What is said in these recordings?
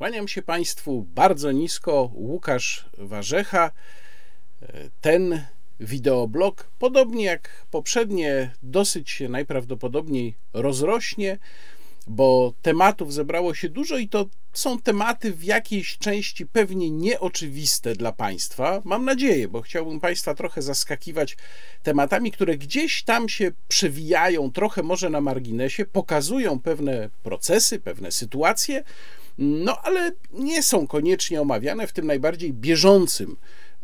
Kłaniam się Państwu bardzo nisko, Łukasz Warzecha. Ten wideoblog, podobnie jak poprzednie, dosyć się najprawdopodobniej rozrośnie, bo tematów zebrało się dużo i to są tematy w jakiejś części pewnie nieoczywiste dla Państwa. Mam nadzieję, bo chciałbym Państwa trochę zaskakiwać tematami, które gdzieś tam się przewijają, trochę może na marginesie, pokazują pewne procesy, pewne sytuacje, no ale nie są koniecznie omawiane w tym najbardziej bieżącym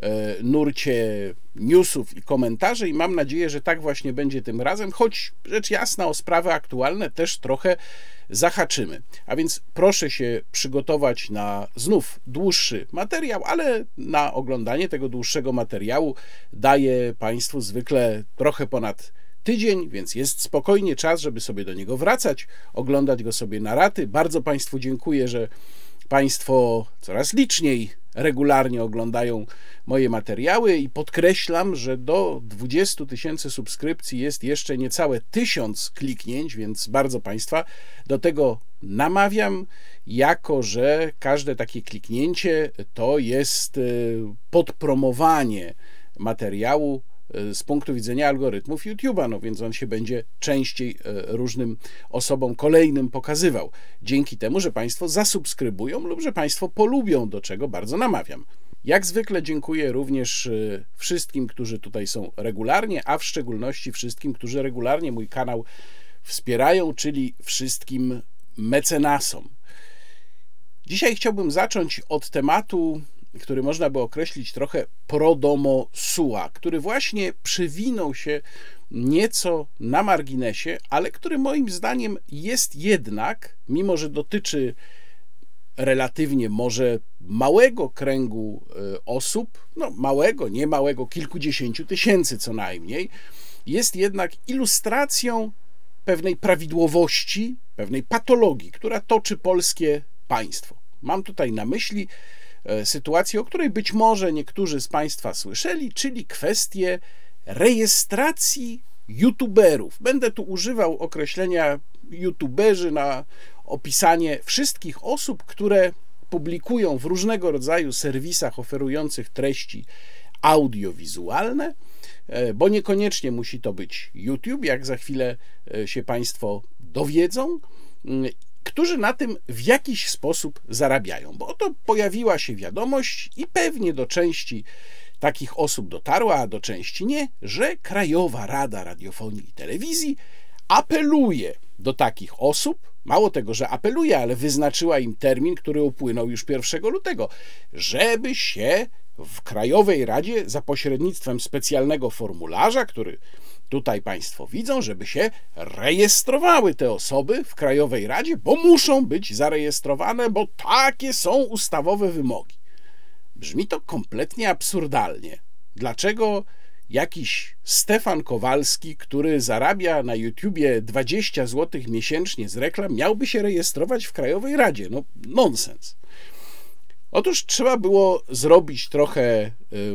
nurcie newsów i komentarzy i mam nadzieję, że tak właśnie będzie tym razem, choć rzecz jasna o sprawy aktualne też trochę zahaczymy. A więc proszę się przygotować na znów dłuższy materiał, ale na oglądanie tego dłuższego materiału daję Państwu zwykle trochę ponad tydzień, więc jest spokojnie czas, żeby sobie do niego wracać, oglądać go sobie na raty. Bardzo Państwu dziękuję, że Państwo coraz liczniej, regularnie oglądają moje materiały i podkreślam, że do 20 000 subskrypcji jest jeszcze niecałe 1000 kliknięć, więc bardzo Państwa do tego namawiam, jako że każde takie kliknięcie to jest podpromowanie materiału z punktu widzenia algorytmów YouTube'a, no więc on się będzie częściej różnym osobom kolejnym pokazywał. Dzięki temu, że Państwo zasubskrybują lub że Państwo polubią, do czego bardzo namawiam. Jak zwykle dziękuję również wszystkim, którzy tutaj są regularnie, a w szczególności wszystkim, którzy regularnie mój kanał wspierają, czyli wszystkim mecenasom. Dzisiaj chciałbym zacząć od tematu, który można by określić trochę pro domo sua, który właśnie przywinął się nieco na marginesie, ale który moim zdaniem jest jednak, mimo że dotyczy relatywnie może małego kręgu osób, no małego, nie małego, kilkudziesięciu tysięcy co najmniej, jest jednak ilustracją pewnej prawidłowości, pewnej patologii, która toczy polskie państwo. Mam tutaj na myśli sytuację, o której być może niektórzy z Państwa słyszeli, czyli kwestię rejestracji youtuberów. Będę tu używał określenia youtuberzy na opisanie wszystkich osób, które publikują w różnego rodzaju serwisach oferujących treści audiowizualne, bo niekoniecznie musi to być YouTube, jak za chwilę się Państwo dowiedzą, którzy na tym w jakiś sposób zarabiają, bo oto pojawiła się wiadomość i pewnie do części takich osób dotarła, a do części nie, że Krajowa Rada Radiofonii i Telewizji apeluje do takich osób, mało tego, że apeluje, ale wyznaczyła im termin, który upłynął już 1 lutego, żeby się w Krajowej Radzie za pośrednictwem specjalnego formularza, który tutaj Państwo widzą, żeby się rejestrowały te osoby w Krajowej Radzie, bo muszą być zarejestrowane, bo takie są ustawowe wymogi. Brzmi to kompletnie absurdalnie. Dlaczego jakiś Stefan Kowalski, który zarabia na YouTubie 20 zł miesięcznie z reklam, miałby się rejestrować w Krajowej Radzie? No nonsens. Otóż trzeba było zrobić trochę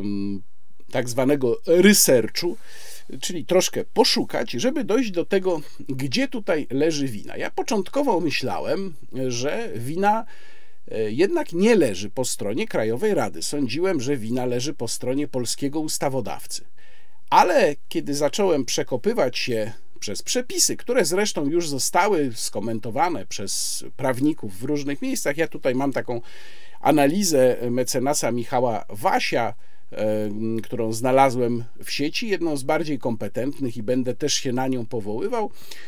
tak zwanego researchu, czyli troszkę poszukać, żeby dojść do tego, gdzie tutaj leży wina. Ja początkowo myślałem, że wina jednak nie leży po stronie Krajowej Rady. Sądziłem, że wina leży po stronie polskiego ustawodawcy. Ale kiedy zacząłem przekopywać się przez przepisy, które zresztą już zostały skomentowane przez prawników w różnych miejscach, ja tutaj mam taką analizę mecenasa Michała Wasia, którą znalazłem w sieci, jedną z bardziej kompetentnych i będę też się na nią powoływał.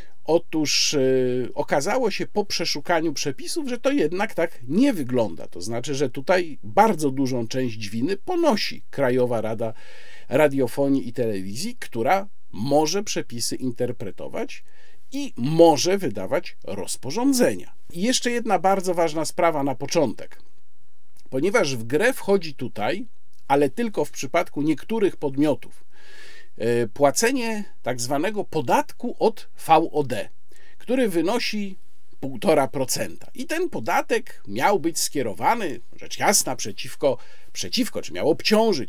Otóż okazało się po przeszukaniu przepisów, że to jednak tak nie wygląda. To znaczy, że tutaj bardzo dużą część winy ponosi Krajowa Rada Radiofonii i Telewizji, która może przepisy interpretować i może wydawać rozporządzenia. I jeszcze jedna bardzo ważna sprawa na początek. Ponieważ w grę wchodzi tutaj, ale tylko w przypadku niektórych podmiotów, płacenie tak zwanego podatku od VOD, który wynosi 1,5%. I ten podatek miał być skierowany, rzecz jasna, przeciwko, czy miał obciążyć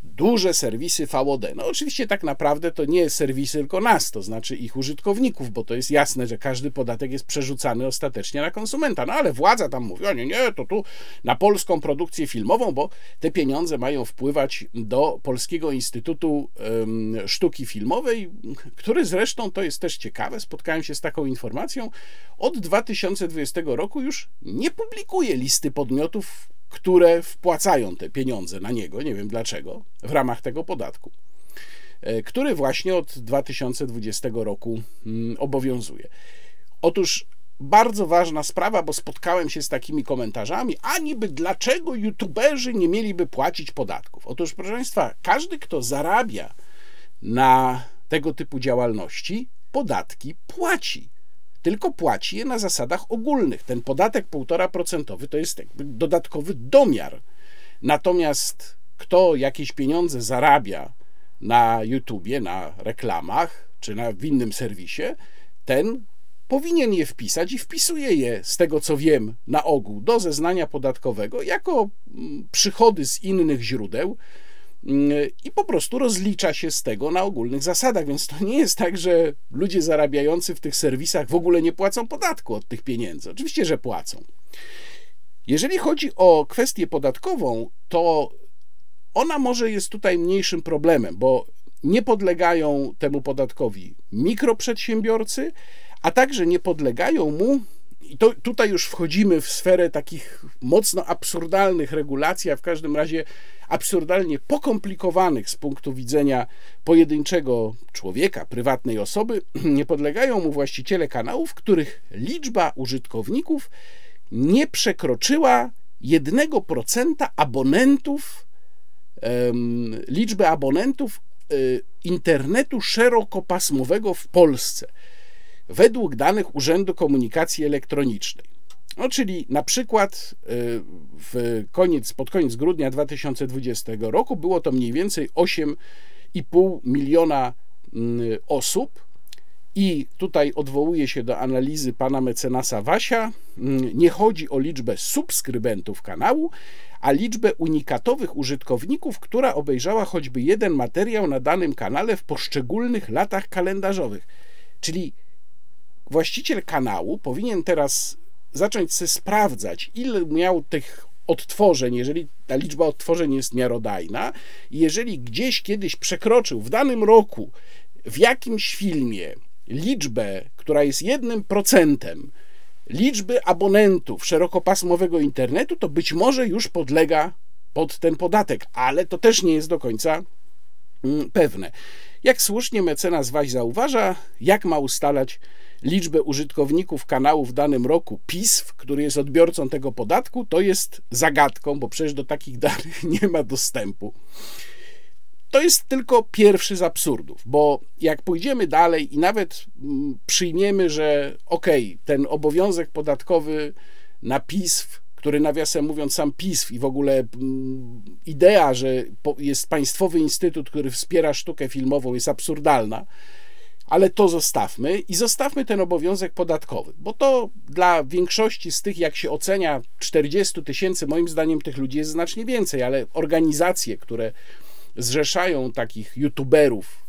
duże serwisy VOD. No oczywiście tak naprawdę to nie serwisy, tylko nas, to znaczy ich użytkowników, bo to jest jasne, że każdy podatek jest przerzucany ostatecznie na konsumenta. No ale władza tam mówi, o nie, to tu na polską produkcję filmową, bo te pieniądze mają wpływać do Polskiego Instytutu Sztuki Filmowej, który zresztą, to jest też ciekawe, spotkałem się z taką informacją, od 2020 roku już nie publikuje listy podmiotów, które wpłacają te pieniądze na niego, nie wiem dlaczego, w ramach tego podatku, który właśnie od 2020 roku obowiązuje. Otóż bardzo ważna sprawa, bo spotkałem się z takimi komentarzami, a niby dlaczego youtuberzy nie mieliby płacić podatków? Otóż, proszę Państwa, każdy, kto zarabia na tego typu działalności, podatki płaci. Tylko płaci je na zasadach ogólnych. Ten podatek 1,5% to jest jakby dodatkowy domiar. Natomiast kto jakieś pieniądze zarabia na YouTubie, na reklamach czy w innym serwisie, ten powinien je wpisać i wpisuje je, z tego co wiem, na ogół do zeznania podatkowego jako przychody z innych źródeł i po prostu rozlicza się z tego na ogólnych zasadach, więc to nie jest tak, że ludzie zarabiający w tych serwisach w ogóle nie płacą podatku od tych pieniędzy. Oczywiście, że płacą. Jeżeli chodzi o kwestię podatkową, to ona może jest tutaj mniejszym problemem, bo nie podlegają temu podatkowi mikroprzedsiębiorcy, a także nie podlegają mu, i to tutaj już wchodzimy w sferę takich mocno absurdalnych regulacji, a w każdym razie absurdalnie pokomplikowanych z punktu widzenia pojedynczego człowieka, prywatnej osoby, nie podlegają mu właściciele kanałów, których liczba użytkowników nie przekroczyła 1% abonentów, liczby abonentów internetu szerokopasmowego w Polsce, według danych Urzędu Komunikacji Elektronicznej. No, czyli na przykład pod koniec grudnia 2020 roku było to mniej więcej 8,5 miliona osób i tutaj odwołuję się do analizy pana mecenasa Wasia. Nie chodzi o liczbę subskrybentów kanału, a liczbę unikatowych użytkowników, która obejrzała choćby jeden materiał na danym kanale w poszczególnych latach kalendarzowych. Czyli właściciel kanału powinien teraz zacząć sobie sprawdzać, ile miał tych odtworzeń, jeżeli ta liczba odtworzeń jest miarodajna i jeżeli gdzieś kiedyś przekroczył w danym roku w jakimś filmie liczbę, która jest 1% liczby abonentów szerokopasmowego internetu, to być może już podlega pod ten podatek, ale to też nie jest do końca pewne. Jak słusznie mecenas Waś zauważa, jak ma ustalać liczbę użytkowników kanału w danym roku PISF, który jest odbiorcą tego podatku, to jest zagadką, bo przecież do takich danych nie ma dostępu. To jest tylko pierwszy z absurdów, bo jak pójdziemy dalej i nawet przyjmiemy, że ten obowiązek podatkowy na PISF, który nawiasem mówiąc sam PISF i w ogóle idea, że jest państwowy instytut, który wspiera sztukę filmową, jest absurdalna, ale to zostawmy i zostawmy ten obowiązek podatkowy, bo to dla większości z tych, jak się ocenia, 40 000, moim zdaniem tych ludzi jest znacznie więcej, ale organizacje, które zrzeszają takich youtuberów,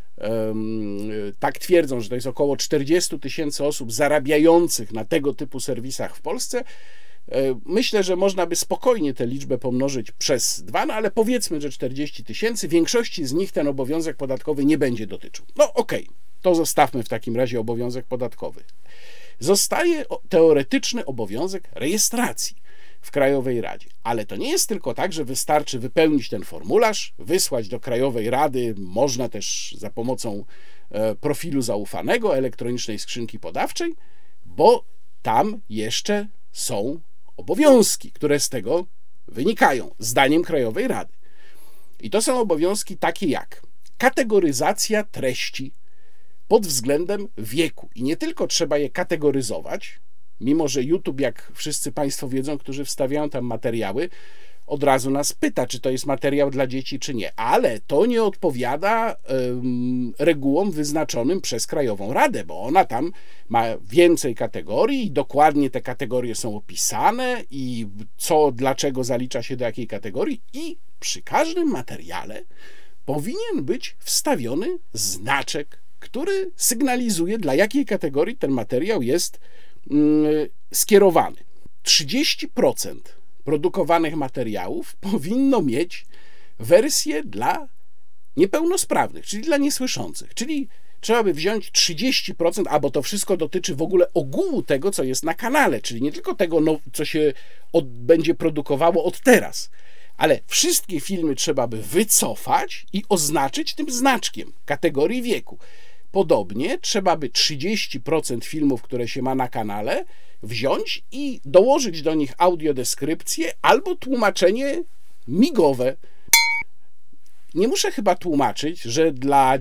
tak twierdzą, że to jest około 40 000 osób zarabiających na tego typu serwisach w Polsce. Myślę, że można by spokojnie tę liczbę pomnożyć przez 2, no ale powiedzmy, że 40 000, większości z nich ten obowiązek podatkowy nie będzie dotyczył. No to zostawmy w takim razie obowiązek podatkowy. Zostaje teoretyczny obowiązek rejestracji w Krajowej Radzie. Ale to nie jest tylko tak, że wystarczy wypełnić ten formularz, wysłać do Krajowej Rady, można też za pomocą profilu zaufanego, elektronicznej skrzynki podawczej, bo tam jeszcze są obowiązki, które z tego wynikają, zdaniem Krajowej Rady. I to są obowiązki takie jak kategoryzacja treści pod względem wieku. I nie tylko trzeba je kategoryzować, mimo że YouTube, jak wszyscy Państwo wiedzą, którzy wstawiają tam materiały, od razu nas pyta, czy to jest materiał dla dzieci, czy nie. Ale to nie odpowiada regułom wyznaczonym przez Krajową Radę, bo ona tam ma więcej kategorii i dokładnie te kategorie są opisane i co, dlaczego zalicza się do jakiej kategorii i przy każdym materiale powinien być wstawiony znaczek, który sygnalizuje, dla jakiej kategorii ten materiał jest skierowany. 30% produkowanych materiałów powinno mieć wersję dla niepełnosprawnych, czyli dla niesłyszących. Czyli trzeba by wziąć 30%, bo to wszystko dotyczy w ogóle ogółu tego, co jest na kanale, czyli nie tylko tego, co się będzie produkowało od teraz, ale wszystkie filmy trzeba by wycofać i oznaczyć tym znaczkiem kategorii wieku. Podobnie trzeba by 30% filmów, które się ma na kanale, wziąć i dołożyć do nich audiodeskrypcję albo tłumaczenie migowe. Nie muszę chyba tłumaczyć, że dla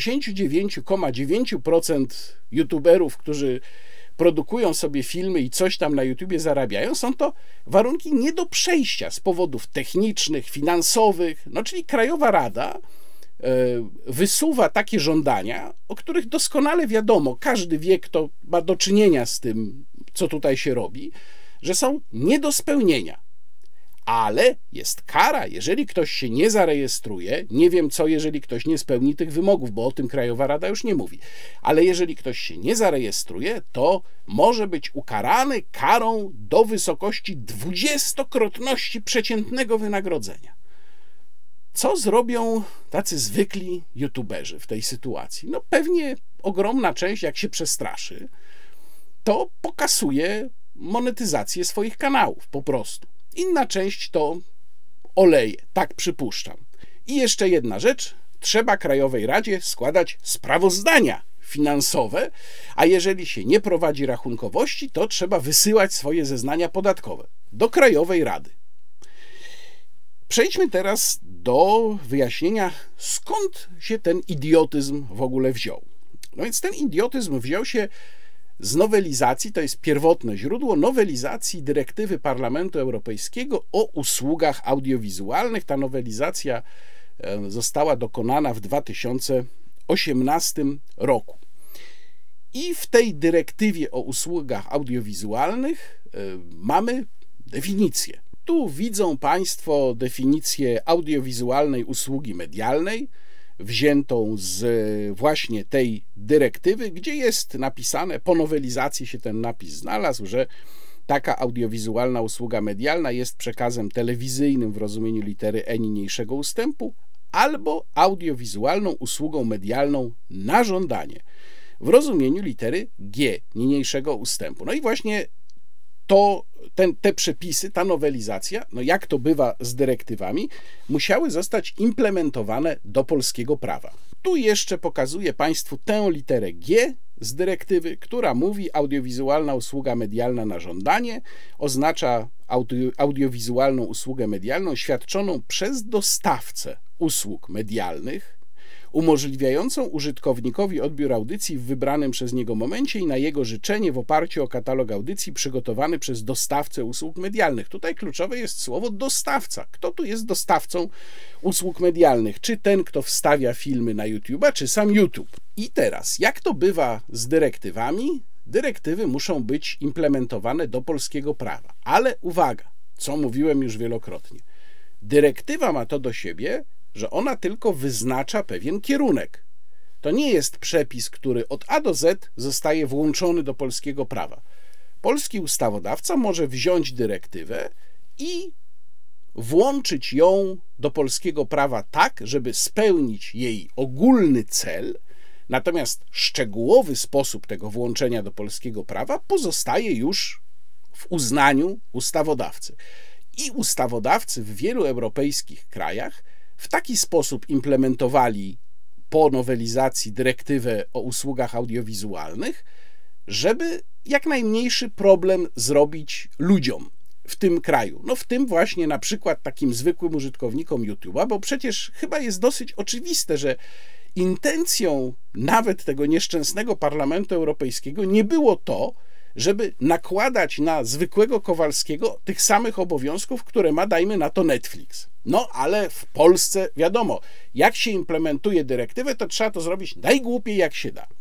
99,9% youtuberów, którzy produkują sobie filmy i coś tam na YouTubie zarabiają, są to warunki nie do przejścia z powodów technicznych, finansowych, czyli Krajowa Rada wysuwa takie żądania, o których doskonale wiadomo, każdy wie, kto ma do czynienia z tym, co tutaj się robi, że są nie do spełnienia. Ale jest kara, jeżeli ktoś się nie zarejestruje, nie wiem co, jeżeli ktoś nie spełni tych wymogów, bo o tym Krajowa Rada już nie mówi, ale jeżeli ktoś się nie zarejestruje, to może być ukarany karą do wysokości 20-krotności przeciętnego wynagrodzenia. Co zrobią tacy zwykli youtuberzy w tej sytuacji? Pewnie ogromna część, jak się przestraszy, to pokasuje monetyzację swoich kanałów po prostu. Inna część to oleje, tak przypuszczam. I jeszcze jedna rzecz, trzeba Krajowej Radzie składać sprawozdania finansowe, a jeżeli się nie prowadzi rachunkowości, to trzeba wysyłać swoje zeznania podatkowe do Krajowej Rady. Przejdźmy teraz do wyjaśnienia, skąd się ten idiotyzm w ogóle wziął. Więc ten idiotyzm wziął się z nowelizacji, to jest pierwotne źródło, nowelizacji dyrektywy Parlamentu Europejskiego o usługach audiowizualnych. Ta nowelizacja została dokonana w 2018 roku. I w tej dyrektywie o usługach audiowizualnych mamy definicję. Tu widzą Państwo definicję audiowizualnej usługi medialnej, wziętą z właśnie tej dyrektywy, gdzie jest napisane, po nowelizacji się ten napis znalazł, że taka audiowizualna usługa medialna jest przekazem telewizyjnym w rozumieniu litery E niniejszego ustępu albo audiowizualną usługą medialną na żądanie w rozumieniu litery G niniejszego ustępu. I właśnie te przepisy, ta nowelizacja, jak to bywa z dyrektywami, musiały zostać implementowane do polskiego prawa. Tu jeszcze pokazuję Państwu tę literę G z dyrektywy, która mówi: audiowizualna usługa medialna na żądanie oznacza audiowizualną usługę medialną świadczoną przez dostawcę usług medialnych, umożliwiającą użytkownikowi odbiór audycji w wybranym przez niego momencie i na jego życzenie w oparciu o katalog audycji przygotowany przez dostawcę usług medialnych. Tutaj kluczowe jest słowo dostawca. Kto tu jest dostawcą usług medialnych? Czy ten, kto wstawia filmy na YouTube'a, czy sam YouTube? I teraz, jak to bywa z dyrektywami? Dyrektywy muszą być implementowane do polskiego prawa. Ale uwaga, co mówiłem już wielokrotnie. Dyrektywa ma to do siebie, że ona tylko wyznacza pewien kierunek. To nie jest przepis, który od A do Z zostaje włączony do polskiego prawa. Polski ustawodawca może wziąć dyrektywę i włączyć ją do polskiego prawa tak, żeby spełnić jej ogólny cel, natomiast szczegółowy sposób tego włączenia do polskiego prawa pozostaje już w uznaniu ustawodawcy. I ustawodawcy w wielu europejskich krajach w taki sposób implementowali po nowelizacji dyrektywę o usługach audiowizualnych, żeby jak najmniejszy problem zrobić ludziom w tym kraju. W tym właśnie na przykład takim zwykłym użytkownikom YouTube'a, bo przecież chyba jest dosyć oczywiste, że intencją nawet tego nieszczęsnego Parlamentu Europejskiego nie było to, żeby nakładać na zwykłego Kowalskiego tych samych obowiązków, które ma, dajmy na to, Netflix. Ale w Polsce wiadomo, jak się implementuje dyrektywę, to trzeba to zrobić najgłupiej jak się da.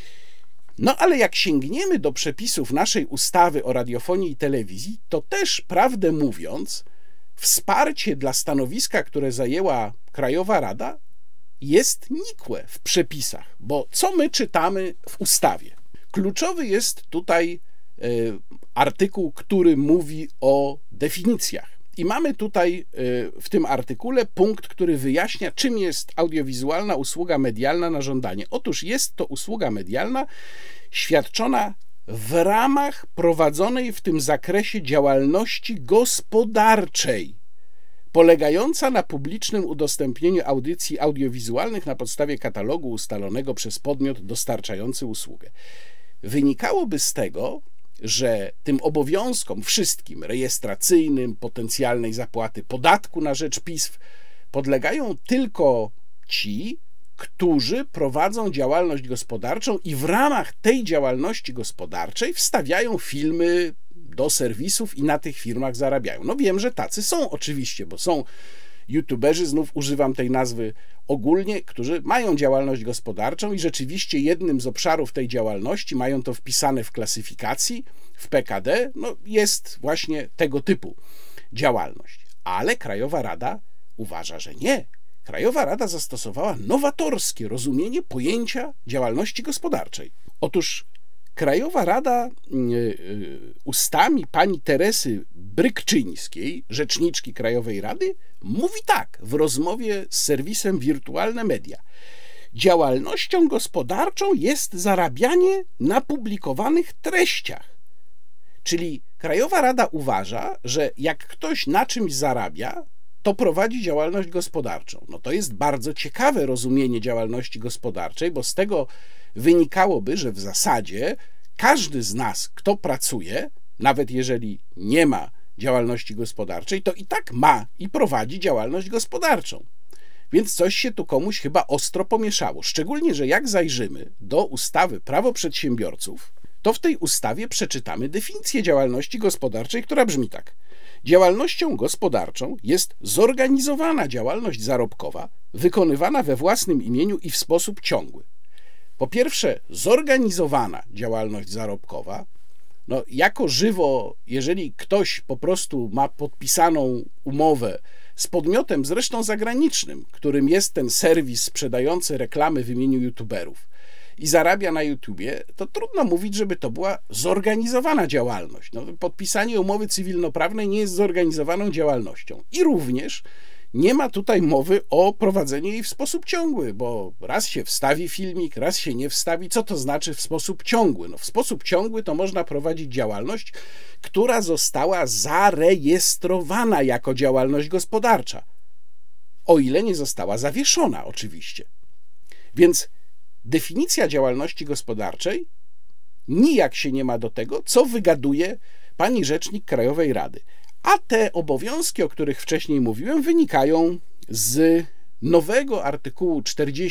Ale jak sięgniemy do przepisów naszej ustawy o radiofonii i telewizji, to też, prawdę mówiąc, wsparcie dla stanowiska, które zajęła Krajowa Rada, jest nikłe w przepisach, bo co my czytamy w ustawie? Kluczowy jest tutaj artykuł, który mówi o definicjach. I mamy tutaj w tym artykule punkt, który wyjaśnia, czym jest audiowizualna usługa medialna na żądanie. Otóż jest to usługa medialna świadczona w ramach prowadzonej w tym zakresie działalności gospodarczej, polegająca na publicznym udostępnieniu audycji audiowizualnych na podstawie katalogu ustalonego przez podmiot dostarczający usługę. Wynikałoby z tego, że tym obowiązkom wszystkim rejestracyjnym, potencjalnej zapłaty podatku na rzecz PISF podlegają tylko ci, którzy prowadzą działalność gospodarczą i w ramach tej działalności gospodarczej wstawiają filmy do serwisów i na tych firmach zarabiają. No wiem, że tacy są oczywiście, bo są youtuberzy, znów używam tej nazwy ogólnie, którzy mają działalność gospodarczą i rzeczywiście jednym z obszarów tej działalności, mają to wpisane w klasyfikacji, w PKD, no jest właśnie tego typu działalność. Ale Krajowa Rada uważa, że nie. Krajowa Rada zastosowała nowatorskie rozumienie pojęcia działalności gospodarczej. Otóż Krajowa Rada ustami pani Teresy Brykczyńskiej, rzeczniczki Krajowej Rady, mówi tak w rozmowie z serwisem Wirtualne Media. Działalnością gospodarczą jest zarabianie na publikowanych treściach. Czyli Krajowa Rada uważa, że jak ktoś na czymś zarabia, to prowadzi działalność gospodarczą. No to jest bardzo ciekawe rozumienie działalności gospodarczej, bo z tego wynikałoby, że w zasadzie każdy z nas, kto pracuje, nawet jeżeli nie ma działalności gospodarczej, to i tak ma i prowadzi działalność gospodarczą. Więc coś się tu komuś chyba ostro pomieszało. Szczególnie, że jak zajrzymy do ustawy Prawo Przedsiębiorców, to w tej ustawie przeczytamy definicję działalności gospodarczej, która brzmi tak. Działalnością gospodarczą jest zorganizowana działalność zarobkowa, wykonywana we własnym imieniu i w sposób ciągły. Po pierwsze, zorganizowana działalność zarobkowa, no jako żywo, jeżeli ktoś po prostu ma podpisaną umowę z podmiotem zresztą zagranicznym, którym jest ten serwis sprzedający reklamy w imieniu youtuberów i zarabia na YouTubie, to trudno mówić, żeby to była zorganizowana działalność. No, podpisanie umowy cywilnoprawnej nie jest zorganizowaną działalnością. I również nie ma tutaj mowy o prowadzeniu jej w sposób ciągły, bo raz się wstawi filmik, raz się nie wstawi. Co to znaczy w sposób ciągły? No, w sposób ciągły to można prowadzić działalność, która została zarejestrowana jako działalność gospodarcza, o ile nie została zawieszona oczywiście. Więc definicja działalności gospodarczej nijak się nie ma do tego, co wygaduje pani rzecznik Krajowej Rady. A te obowiązki, o których wcześniej mówiłem, wynikają z nowego artykułu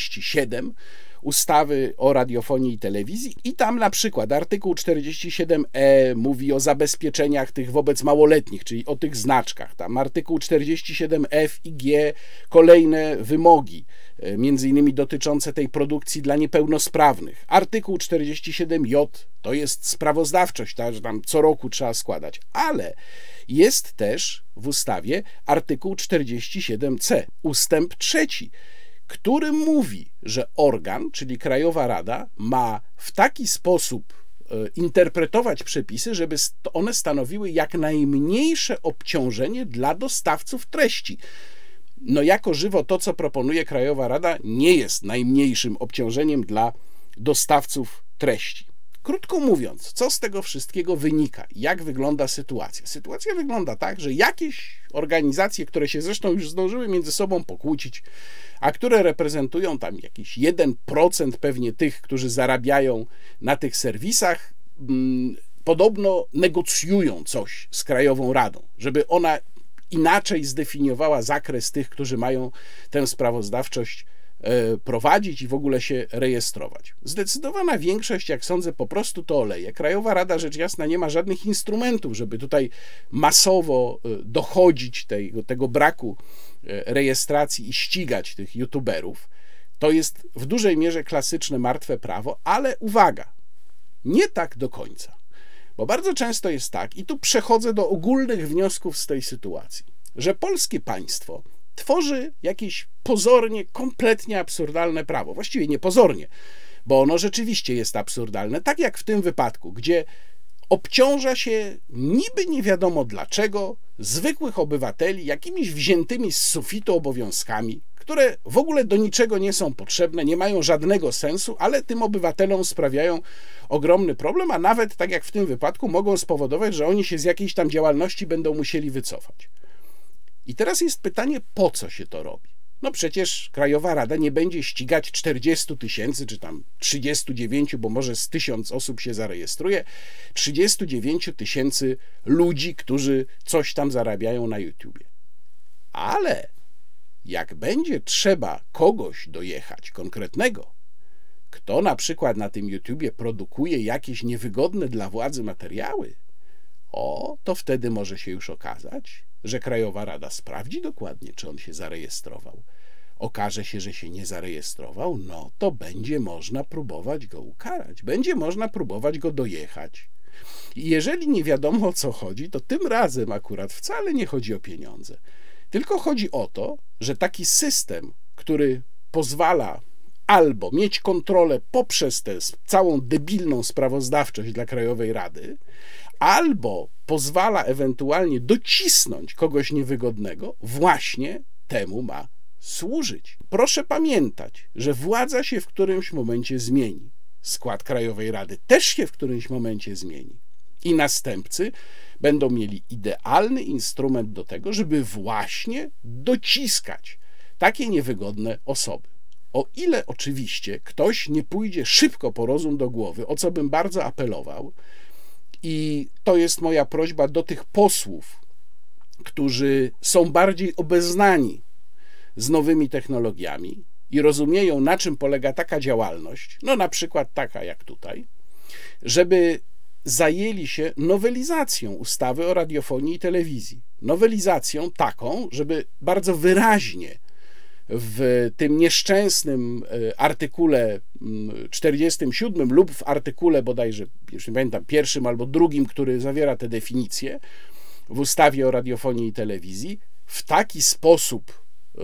47 ustawy o radiofonii i telewizji i tam na przykład artykuł 47e mówi o zabezpieczeniach tych wobec małoletnich, czyli o tych znaczkach. Tam artykuł 47f i g kolejne wymogi, między innymi dotyczące tej produkcji dla niepełnosprawnych. Artykuł 47j to jest sprawozdawczość, tak, że tam co roku trzeba składać, ale jest też w ustawie artykuł 47c, ustęp 3, który mówi, że organ, czyli Krajowa Rada, ma w taki sposób interpretować przepisy, żeby one stanowiły jak najmniejsze obciążenie dla dostawców treści. No jako żywo to, co proponuje Krajowa Rada, nie jest najmniejszym obciążeniem dla dostawców treści. Krótko mówiąc, co z tego wszystkiego wynika? Jak wygląda sytuacja? Sytuacja wygląda tak, że jakieś organizacje, które się zresztą już zdążyły między sobą pokłócić, a które reprezentują tam jakiś 1% pewnie tych, którzy zarabiają na tych serwisach, podobno negocjują coś z Krajową Radą, żeby ona inaczej zdefiniowała zakres tych, którzy mają tę sprawozdawczość prowadzić i w ogóle się rejestrować. Zdecydowana większość, jak sądzę, po prostu to oleje. Krajowa Rada, rzecz jasna, nie ma żadnych instrumentów, żeby tutaj masowo dochodzić tego braku rejestracji i ścigać tych youtuberów. To jest w dużej mierze klasyczne martwe prawo, ale uwaga, nie tak do końca. Bo bardzo często jest tak, i tu przechodzę do ogólnych wniosków z tej sytuacji. że polskie państwo tworzy jakieś pozornie, kompletnie absurdalne prawo. Właściwie nie pozornie, bo ono rzeczywiście jest absurdalne, tak jak w tym wypadku, gdzie obciąża się niby nie wiadomo dlaczego zwykłych obywateli jakimiś wziętymi z sufitu obowiązkami, które w ogóle do niczego nie są potrzebne, nie mają żadnego sensu, ale tym obywatelom sprawiają ogromny problem, a nawet, tak jak w tym wypadku, mogą spowodować, że oni się z jakiejś tam działalności będą musieli wycofać. I teraz jest pytanie, po co się to robi? No przecież Krajowa Rada nie będzie ścigać 40 000, czy tam 39, bo może z 1000 osób się zarejestruje, 39 000 ludzi, którzy coś tam zarabiają na YouTubie. Ale jak będzie trzeba kogoś dojechać konkretnego, kto na przykład na tym YouTubie produkuje jakieś niewygodne dla władzy materiały, to wtedy może się już okazać, że Krajowa Rada sprawdzi dokładnie, czy on się zarejestrował. Okaże się, że się nie zarejestrował, no to będzie można próbować go ukarać, będzie można próbować go dojechać. I jeżeli nie wiadomo, o co chodzi, to tym razem akurat wcale nie chodzi o pieniądze, tylko chodzi o to, że taki system, który pozwala albo mieć kontrolę poprzez tę całą debilną sprawozdawczość dla Krajowej Rady, albo pozwala ewentualnie docisnąć kogoś niewygodnego, właśnie temu ma służyć. Proszę pamiętać, że władza się w którymś momencie zmieni. Skład Krajowej Rady też się w którymś momencie zmieni. I następcy będą mieli idealny instrument do tego, żeby właśnie dociskać takie niewygodne osoby. O ile oczywiście ktoś nie pójdzie szybko po rozum do głowy, o co bym bardzo apelował, i to jest moja prośba do tych posłów, którzy są bardziej obeznani z nowymi technologiami i rozumieją, na czym polega taka działalność, no na przykład taka jak tutaj, żeby zajęli się nowelizacją ustawy o radiofonii i telewizji. Nowelizacją taką, żeby bardzo wyraźnie w tym nieszczęsnym artykule 47 lub w artykule bodajże, już nie pamiętam, 1 albo 2, który zawiera te definicje w ustawie o radiofonii i telewizji, w taki sposób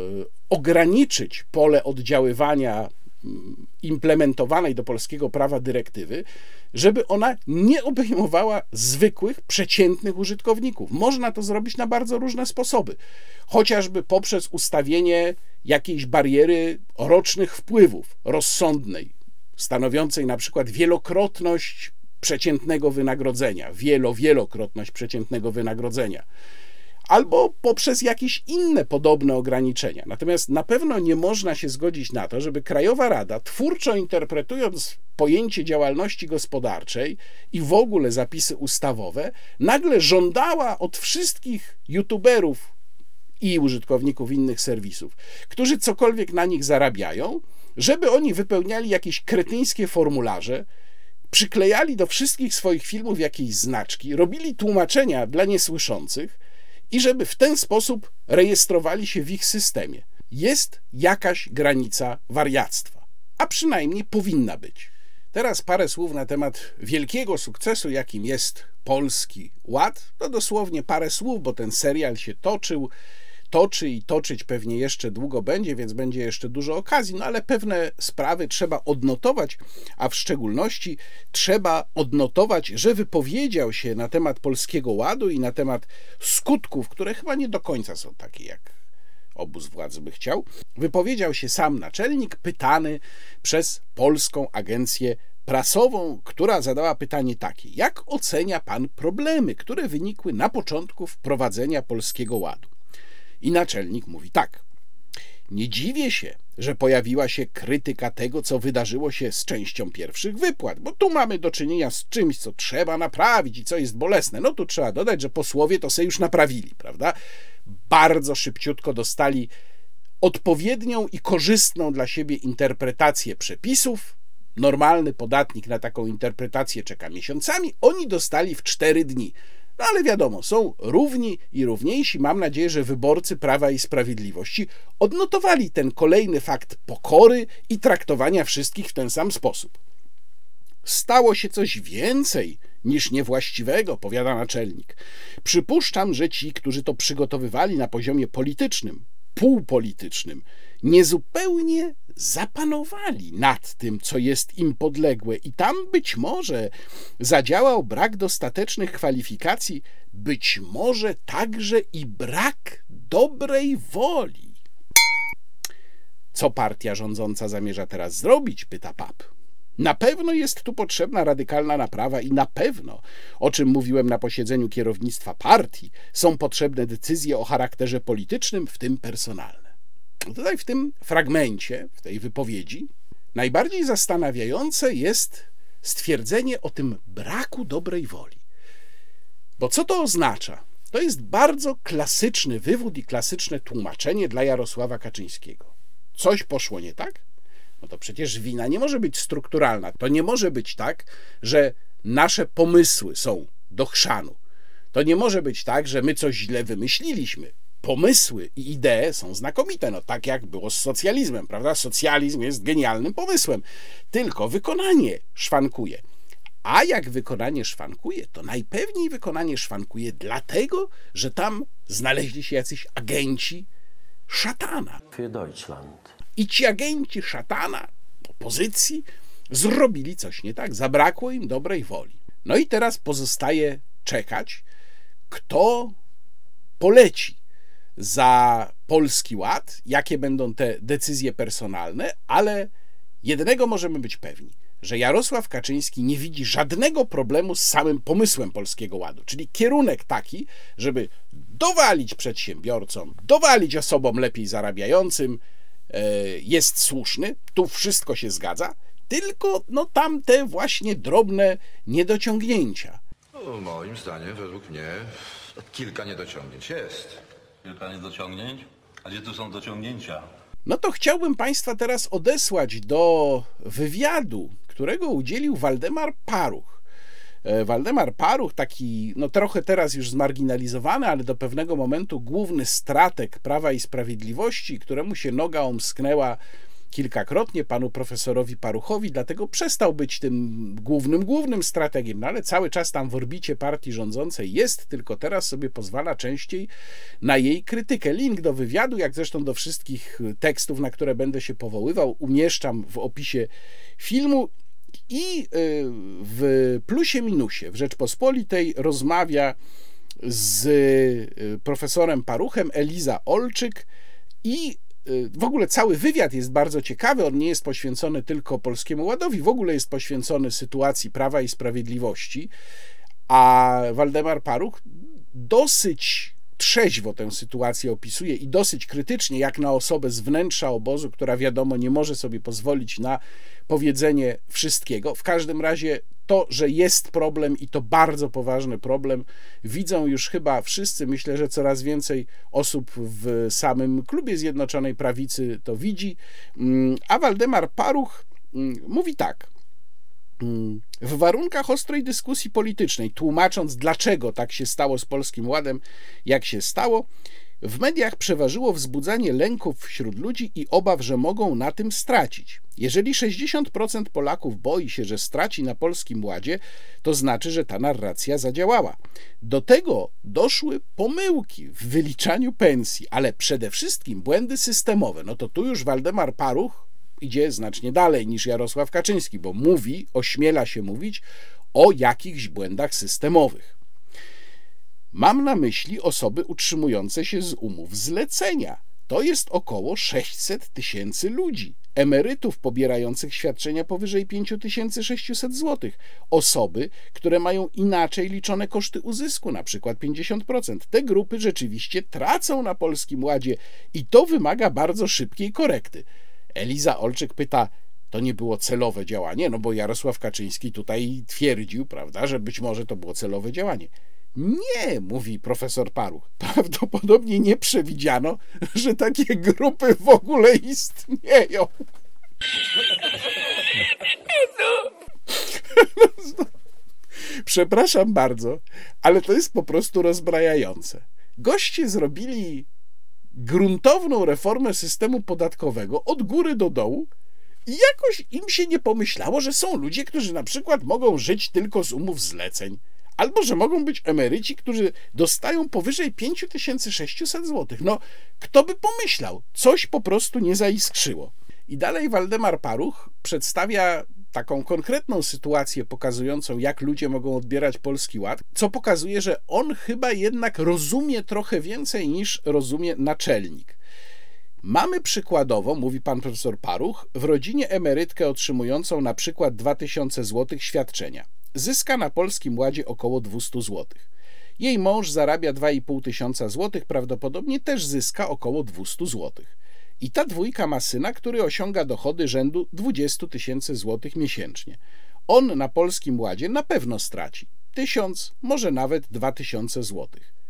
ograniczyć pole oddziaływania implementowanej do polskiego prawa dyrektywy, żeby ona nie obejmowała zwykłych, przeciętnych użytkowników. Można to zrobić na bardzo różne sposoby. Chociażby poprzez ustawienie jakiejś bariery rocznych wpływów rozsądnej, stanowiącej na przykład wielokrotność przeciętnego wynagrodzenia, wielokrotność przeciętnego wynagrodzenia, albo poprzez jakieś inne podobne ograniczenia. Natomiast na pewno nie można się zgodzić na to, żeby Krajowa Rada, twórczo interpretując pojęcie działalności gospodarczej i w ogóle zapisy ustawowe, nagle żądała od wszystkich youtuberów i użytkowników innych serwisów, którzy cokolwiek na nich zarabiają, żeby oni wypełniali jakieś kretyńskie formularze, przyklejali do wszystkich swoich filmów jakieś znaczki, robili tłumaczenia dla niesłyszących i żeby w ten sposób rejestrowali się w ich systemie. Jest jakaś granica wariactwa, a przynajmniej powinna być. Teraz parę słów na temat wielkiego sukcesu, jakim jest Polski Ład. To dosłownie parę słów, bo ten serial się toczy i toczyć pewnie jeszcze długo będzie, więc będzie jeszcze dużo okazji, no ale pewne sprawy trzeba odnotować, a w szczególności trzeba odnotować, że wypowiedział się na temat Polskiego Ładu i na temat skutków, które chyba nie do końca są takie, jak obóz władzy by chciał. Wypowiedział się sam naczelnik, pytany przez Polską Agencję Prasową, która zadała pytanie takie: jak ocenia pan problemy, które wynikły na początku wprowadzenia Polskiego Ładu? I naczelnik mówi tak: nie dziwię się, że pojawiła się krytyka tego, co wydarzyło się z częścią pierwszych wypłat, bo tu mamy do czynienia z czymś, co trzeba naprawić i co jest bolesne. No tu trzeba dodać, że posłowie to sobie już naprawili, prawda? Bardzo szybciutko dostali odpowiednią i korzystną dla siebie interpretację przepisów. Normalny podatnik na taką interpretację czeka miesiącami, oni dostali w 4 dni. No ale wiadomo, są równi i równiejsi. Mam nadzieję, że wyborcy Prawa i Sprawiedliwości odnotowali ten kolejny fakt pokory i traktowania wszystkich w ten sam sposób. Stało się coś więcej niż niewłaściwego, powiada naczelnik. Przypuszczam, że ci, którzy to przygotowywali na poziomie politycznym, półpolitycznym, niezupełnie zapanowali nad tym, co jest im podległe i tam być może zadziałał brak dostatecznych kwalifikacji, być może także i brak dobrej woli. Co partia rządząca zamierza teraz zrobić? Pyta Pap. Na pewno jest tu potrzebna radykalna naprawa i na pewno, o czym mówiłem na posiedzeniu kierownictwa partii, są potrzebne decyzje o charakterze politycznym, w tym personalne. Tutaj w tym fragmencie, w tej wypowiedzi, najbardziej zastanawiające jest stwierdzenie o tym braku dobrej woli. Bo co to oznacza? To jest bardzo klasyczny wywód i klasyczne tłumaczenie dla Jarosława Kaczyńskiego. Coś poszło nie tak? No to przecież wina nie może być strukturalna. To nie może być tak, że nasze pomysły są do chrzanu. To nie może być tak, że my coś źle wymyśliliśmy. Pomysły i idee są znakomite, no tak jak było z socjalizmem, prawda? Socjalizm jest genialnym pomysłem, tylko wykonanie szwankuje. A jak wykonanie szwankuje, to najpewniej wykonanie szwankuje dlatego, że tam znaleźli się jacyś agenci szatana. Für Deutschland. I ci agenci szatana, opozycji, zrobili coś nie tak, zabrakło im dobrej woli. No i teraz pozostaje czekać, kto poleci za Polski Ład, jakie będą te decyzje personalne, ale jednego możemy być pewni, że Jarosław Kaczyński nie widzi żadnego problemu z samym pomysłem Polskiego Ładu, czyli kierunek taki, żeby dowalić przedsiębiorcom, dowalić osobom lepiej zarabiającym, jest słuszny, tu wszystko się zgadza, tylko no tamte właśnie drobne niedociągnięcia. No, moim zdaniem, według mnie, kilka niedociągnięć jest. Kilka niedociągnięć? A gdzie tu są dociągnięcia? No to chciałbym Państwa teraz odesłać do wywiadu, którego udzielił Waldemar Paruch. Waldemar Paruch, taki no trochę teraz już zmarginalizowany, ale do pewnego momentu główny strateg Prawa i Sprawiedliwości, któremu się noga omsknęła kilkakrotnie, panu profesorowi Paruchowi, dlatego przestał być tym głównym strategiem, no ale cały czas tam w orbicie partii rządzącej jest, tylko teraz sobie pozwala częściej na jej krytykę. Link do wywiadu, jak zresztą do wszystkich tekstów, na które będę się powoływał, umieszczam w opisie filmu. I w Plusie Minusie w Rzeczpospolitej rozmawia z profesorem Paruchem Eliza Olczyk i w ogóle cały wywiad jest bardzo ciekawy, on nie jest poświęcony tylko Polskiemu Ładowi, w ogóle jest poświęcony sytuacji Prawa i Sprawiedliwości, a Waldemar Paruch dosyć trzeźwo tę sytuację opisuje i dosyć krytycznie, jak na osobę z wnętrza obozu, która wiadomo nie może sobie pozwolić na powiedzenie wszystkiego. W każdym razie to, że jest problem i to bardzo poważny problem, widzą już chyba wszyscy. Myślę, że coraz więcej osób w samym klubie Zjednoczonej Prawicy to widzi. A Waldemar Paruch mówi tak. W warunkach ostrej dyskusji politycznej, tłumacząc dlaczego tak się stało z Polskim Ładem, jak się stało, w mediach przeważyło wzbudzanie lęków wśród ludzi i obaw, że mogą na tym stracić. Jeżeli 60% Polaków boi się, że straci na Polskim Ładzie, to znaczy, że ta narracja zadziałała. Do tego doszły pomyłki w wyliczaniu pensji, ale przede wszystkim błędy systemowe. No to tu już Waldemar Paruch idzie znacznie dalej niż Jarosław Kaczyński, bo ośmiela się mówić o jakichś błędach systemowych. Mam na myśli osoby utrzymujące się z umów zlecenia. To jest około 600 000 ludzi. Emerytów pobierających świadczenia powyżej 5600 zł. Osoby, które mają inaczej liczone koszty uzysku, na przykład 50%. Te grupy rzeczywiście tracą na Polskim Ładzie i to wymaga bardzo szybkiej korekty. Eliza Olczyk pyta, to nie było celowe działanie? No bo Jarosław Kaczyński tutaj twierdził, prawda, że być może to było celowe działanie. Nie, mówi profesor Paruch. Prawdopodobnie nie przewidziano, że takie grupy w ogóle istnieją. Przepraszam bardzo, ale to jest po prostu rozbrajające. Goście zrobili gruntowną reformę systemu podatkowego od góry do dołu I jakoś im się nie pomyślało, że są ludzie, którzy na przykład mogą żyć tylko z umów zleceń. Albo że mogą być emeryci, którzy dostają powyżej 5600 zł. No, kto by pomyślał? Coś po prostu nie zaiskrzyło. I dalej Waldemar Paruch przedstawia taką konkretną sytuację pokazującą, jak ludzie mogą odbierać Polski Ład, co pokazuje, że on chyba jednak rozumie trochę więcej niż rozumie naczelnik. Mamy przykładowo, mówi pan profesor Paruch, w rodzinie emerytkę otrzymującą na przykład 2000 zł świadczenia. Zyska na Polskim Ładzie około 200 zł. Jej mąż zarabia 2500 zł, prawdopodobnie też zyska około 200 zł. I ta dwójka ma syna, który osiąga dochody rzędu 20 000 zł miesięcznie. On na Polskim Ładzie na pewno straci 1000, może nawet 2000 zł.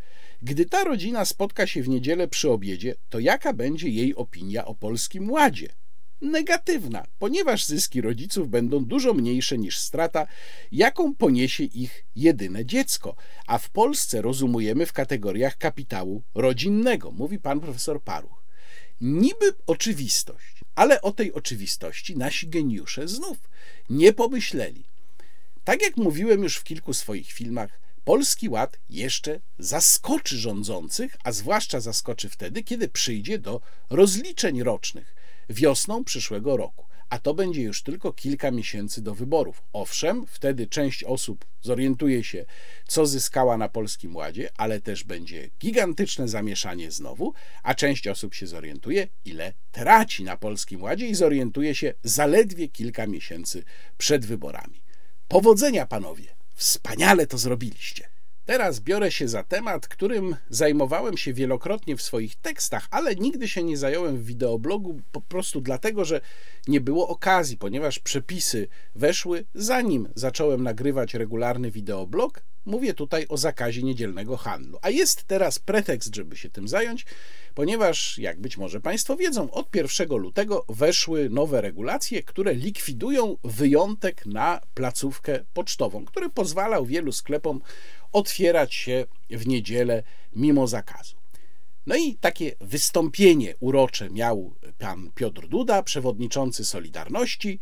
Gdy ta rodzina spotka się w niedzielę przy obiedzie, to jaka będzie jej opinia o Polskim Ładzie? Negatywna, ponieważ zyski rodziców będą dużo mniejsze niż strata, jaką poniesie ich jedyne dziecko, a w Polsce rozumujemy w kategoriach kapitału rodzinnego, mówi pan profesor Paruch. Niby oczywistość, ale o tej oczywistości nasi geniusze znów nie pomyśleli. Tak jak mówiłem już w kilku swoich filmach, Polski Ład jeszcze zaskoczy rządzących, a zwłaszcza zaskoczy wtedy, kiedy przyjdzie do rozliczeń rocznych wiosną przyszłego roku. A to będzie już tylko kilka miesięcy do wyborów. Owszem, wtedy część osób zorientuje się, co zyskała na Polskim Ładzie, ale też będzie gigantyczne zamieszanie znowu, a część osób się zorientuje, ile traci na Polskim Ładzie i zorientuje się zaledwie kilka miesięcy przed wyborami. Powodzenia, panowie! Wspaniale to zrobiliście! Teraz biorę się za temat, którym zajmowałem się wielokrotnie w swoich tekstach, ale nigdy się nie zająłem w wideoblogu po prostu dlatego, że nie było okazji, ponieważ przepisy weszły zanim zacząłem nagrywać regularny wideoblog. Mówię tutaj o zakazie niedzielnego handlu. A jest teraz pretekst, żeby się tym zająć, ponieważ, jak być może Państwo wiedzą, od 1 lutego weszły nowe regulacje, które likwidują wyjątek na placówkę pocztową, który pozwalał wielu sklepom otwierać się w niedzielę mimo zakazu. No i takie wystąpienie urocze miał pan Piotr Duda, przewodniczący Solidarności,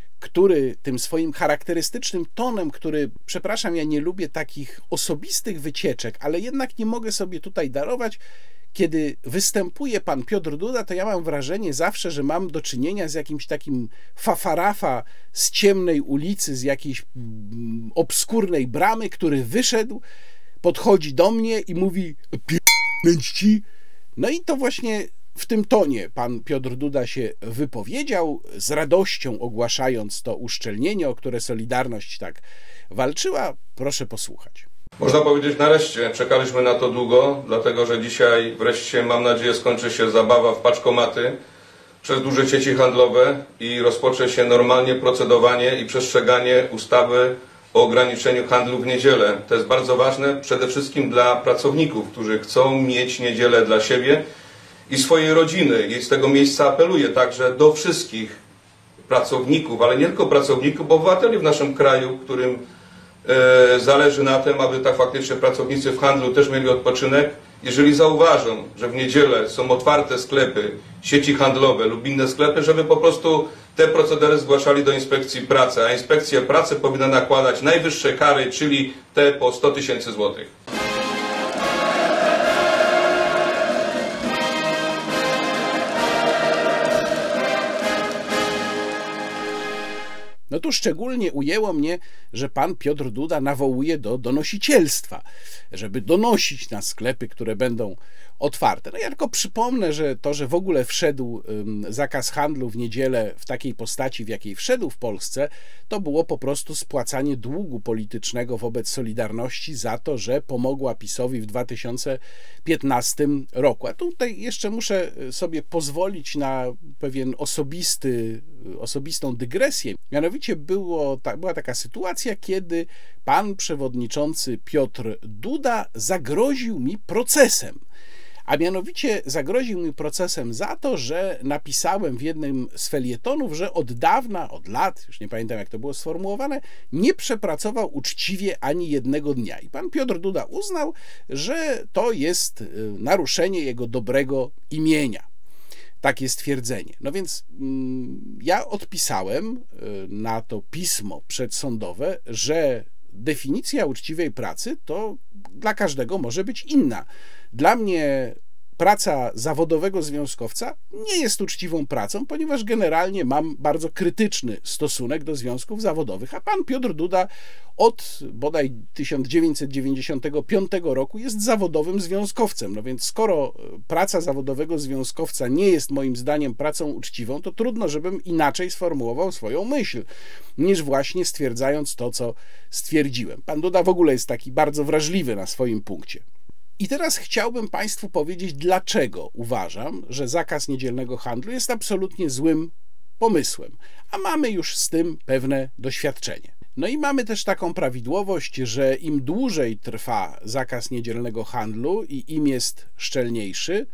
który tym swoim charakterystycznym tonem, który, przepraszam, ja nie lubię takich osobistych wycieczek, ale jednak nie mogę sobie tutaj darować, kiedy występuje pan Piotr Duda, to ja mam wrażenie zawsze, że mam do czynienia z jakimś takim fafarafa z ciemnej ulicy, z jakiejś obskurnej bramy, który wyszedł, podchodzi do mnie i mówi: pierdolę ci. No i to właśnie w tym tonie pan Piotr Duda się wypowiedział, z radością ogłaszając to uszczelnienie, o które Solidarność tak walczyła. Proszę posłuchać. Można powiedzieć, nareszcie czekaliśmy na to długo, dlatego że dzisiaj wreszcie, mam nadzieję, skończy się zabawa w paczkomaty przez duże sieci handlowe i rozpocznie się normalnie procedowanie i przestrzeganie ustawy o ograniczeniu handlu w niedzielę. To jest bardzo ważne przede wszystkim dla pracowników, którzy chcą mieć niedzielę dla siebie i swojej rodziny. I z tego miejsca apeluję także do wszystkich pracowników, ale nie tylko pracowników, bo obywateli w naszym kraju, którym zależy na tym, aby tak faktycznie pracownicy w handlu też mieli odpoczynek. Jeżeli zauważą, że w niedzielę są otwarte sklepy, sieci handlowe lub inne sklepy, żeby po prostu te procedery zgłaszali do Inspekcji Pracy, a Inspekcja Pracy powinna nakładać najwyższe kary, czyli te po 100 000 złotych. No tu szczególnie ujęło mnie, że pan Piotr Duda nawołuje do donosicielstwa, żeby donosić na sklepy, które będą otwarte. No ja tylko przypomnę, że to, że w ogóle wszedł zakaz handlu w niedzielę w takiej postaci, w jakiej wszedł w Polsce, to było po prostu spłacanie długu politycznego wobec Solidarności za to, że pomogła PiS-owi w 2015 roku. A tutaj jeszcze muszę sobie pozwolić na pewien osobistą dygresję. Mianowicie była taka sytuacja, kiedy pan przewodniczący Piotr Duda zagroził mi procesem. A mianowicie zagroził mi procesem za to, że napisałem w jednym z felietonów, że od dawna, od lat, już nie pamiętam jak to było sformułowane, nie przepracował uczciwie ani jednego dnia. I pan Piotr Duda uznał, że to jest naruszenie jego dobrego imienia. takie stwierdzenie. No więc ja odpisałem na to pismo przedsądowe, że definicja uczciwej pracy to dla każdego może być inna. Dla mnie praca zawodowego związkowca nie jest uczciwą pracą, ponieważ generalnie mam bardzo krytyczny stosunek do związków zawodowych, a pan Piotr Duda od bodaj 1995 roku jest zawodowym związkowcem. No więc skoro praca zawodowego związkowca nie jest moim zdaniem pracą uczciwą, to trudno, żebym inaczej sformułował swoją myśl, niż właśnie stwierdzając to, co stwierdziłem. Pan Duda w ogóle jest taki bardzo wrażliwy na swoim punkcie. I teraz chciałbym Państwu powiedzieć, dlaczego uważam, że zakaz niedzielnego handlu jest absolutnie złym pomysłem, a mamy już z tym pewne doświadczenie. No i mamy też taką prawidłowość, że im dłużej trwa zakaz niedzielnego handlu i im jest szczelniejszy,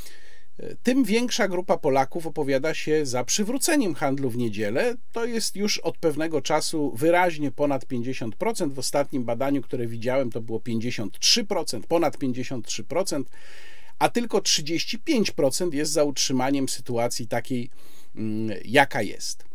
tym większa grupa Polaków opowiada się za przywróceniem handlu w niedzielę. To jest już od pewnego czasu wyraźnie ponad 50%. W ostatnim badaniu, które widziałem, to było 53%, ponad 53%, a tylko 35% jest za utrzymaniem sytuacji takiej, jaka jest.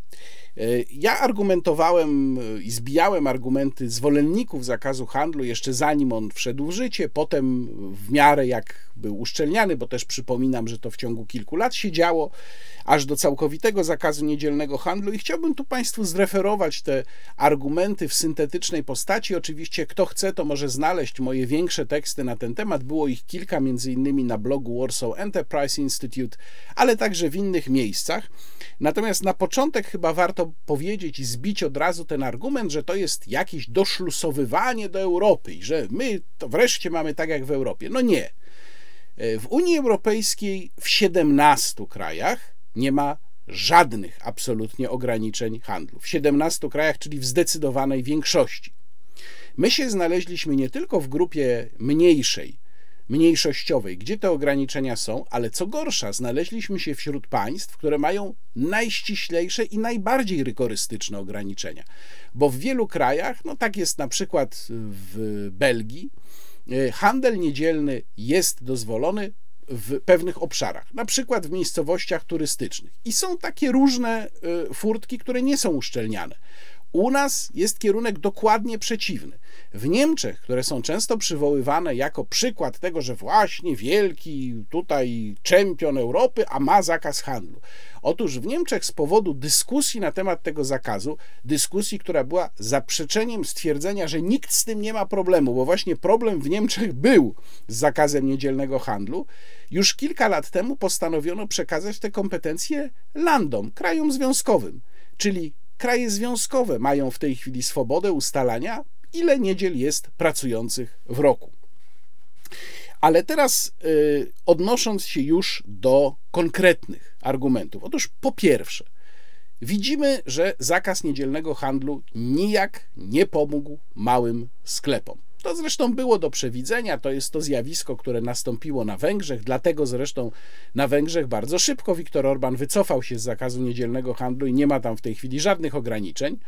Ja argumentowałem i zbijałem argumenty zwolenników zakazu handlu jeszcze zanim on wszedł w życie, potem w miarę jak był uszczelniany, bo też przypominam, że to w ciągu kilku lat się działo, aż do całkowitego zakazu niedzielnego handlu i chciałbym tu Państwu zreferować te argumenty w syntetycznej postaci. Oczywiście kto chce, to może znaleźć moje większe teksty na ten temat. Było ich kilka, między innymi na blogu Warsaw Enterprise Institute, ale także w innych miejscach. Natomiast na początek chyba warto powiedzieć i zbić od razu ten argument, że to jest jakieś doszlusowywanie do Europy i że my to wreszcie mamy tak jak w Europie. No nie. W Unii Europejskiej w 17 krajach nie ma żadnych absolutnie ograniczeń handlu. W 17 krajach, czyli w zdecydowanej większości. My się znaleźliśmy nie tylko w grupie mniejszościowej, gdzie te ograniczenia są, ale co gorsza, znaleźliśmy się wśród państw, które mają najściślejsze i najbardziej rygorystyczne ograniczenia. Bo w wielu krajach, no tak jest na przykład w Belgii, handel niedzielny jest dozwolony w pewnych obszarach, na przykład w miejscowościach turystycznych. I są takie różne furtki, które nie są uszczelniane. U nas jest kierunek dokładnie przeciwny. W Niemczech, które są często przywoływane jako przykład tego, że właśnie wielki tutaj czempion Europy, a ma zakaz handlu. Otóż w Niemczech z powodu dyskusji na temat tego zakazu, dyskusji, która była zaprzeczeniem stwierdzenia, że nikt z tym nie ma problemu, bo właśnie problem w Niemczech był z zakazem niedzielnego handlu, już kilka lat temu postanowiono przekazać te kompetencje landom, krajom związkowym, czyli kraje związkowe mają w tej chwili swobodę ustalania, ile niedziel jest pracujących w roku. Ale teraz odnosząc się już do konkretnych argumentów. Otóż po pierwsze, widzimy, że zakaz niedzielnego handlu nijak nie pomógł małym sklepom. To zresztą było do przewidzenia, to jest to zjawisko, które nastąpiło na Węgrzech, dlatego zresztą na Węgrzech bardzo szybko Viktor Orbán wycofał się z zakazu niedzielnego handlu i nie ma tam w tej chwili żadnych ograniczeń.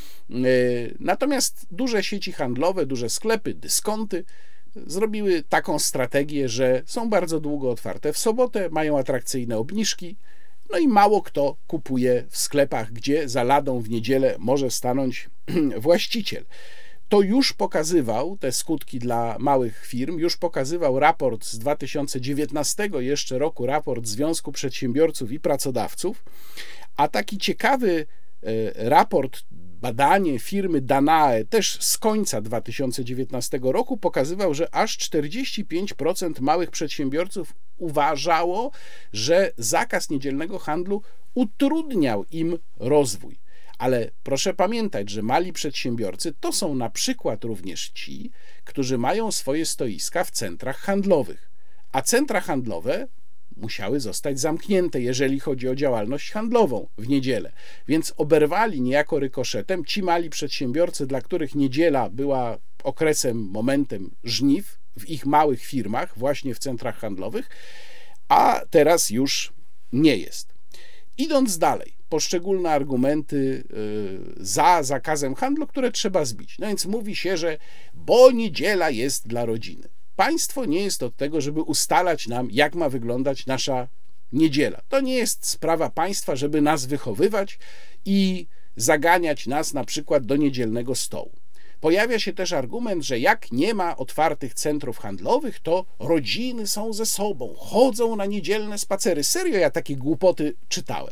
Natomiast duże sieci handlowe, duże sklepy, dyskonty zrobiły taką strategię, że są bardzo długo otwarte w sobotę, mają atrakcyjne obniżki, no i mało kto kupuje w sklepach, gdzie za ladą w niedzielę może stanąć właściciel. To już pokazywał te skutki dla małych firm, już pokazywał raport z 2019 jeszcze roku, raport Związku Przedsiębiorców i Pracodawców, a taki ciekawy raport, badanie firmy Danae też z końca 2019 roku pokazywał, że aż 45% małych przedsiębiorców uważało, że zakaz niedzielnego handlu utrudniał im rozwój. Ale proszę pamiętać, że mali przedsiębiorcy to są na przykład również ci, którzy mają swoje stoiska w centrach handlowych, a centra handlowe musiały zostać zamknięte, jeżeli chodzi o działalność handlową w niedzielę. Więc oberwali niejako rykoszetem ci mali przedsiębiorcy, dla których niedziela była okresem, momentem żniw w ich małych firmach, właśnie w centrach handlowych, a teraz już nie jest. Idąc dalej, poszczególne argumenty za zakazem handlu, które trzeba zbić. No więc mówi się, że bo niedziela jest dla rodziny. Państwo nie jest od tego, żeby ustalać nam, jak ma wyglądać nasza niedziela. To nie jest sprawa państwa, żeby nas wychowywać i zaganiać nas na przykład do niedzielnego stołu. Pojawia się też argument, że jak nie ma otwartych centrów handlowych, to rodziny są ze sobą, chodzą na niedzielne spacery. Serio, ja takie głupoty czytałem.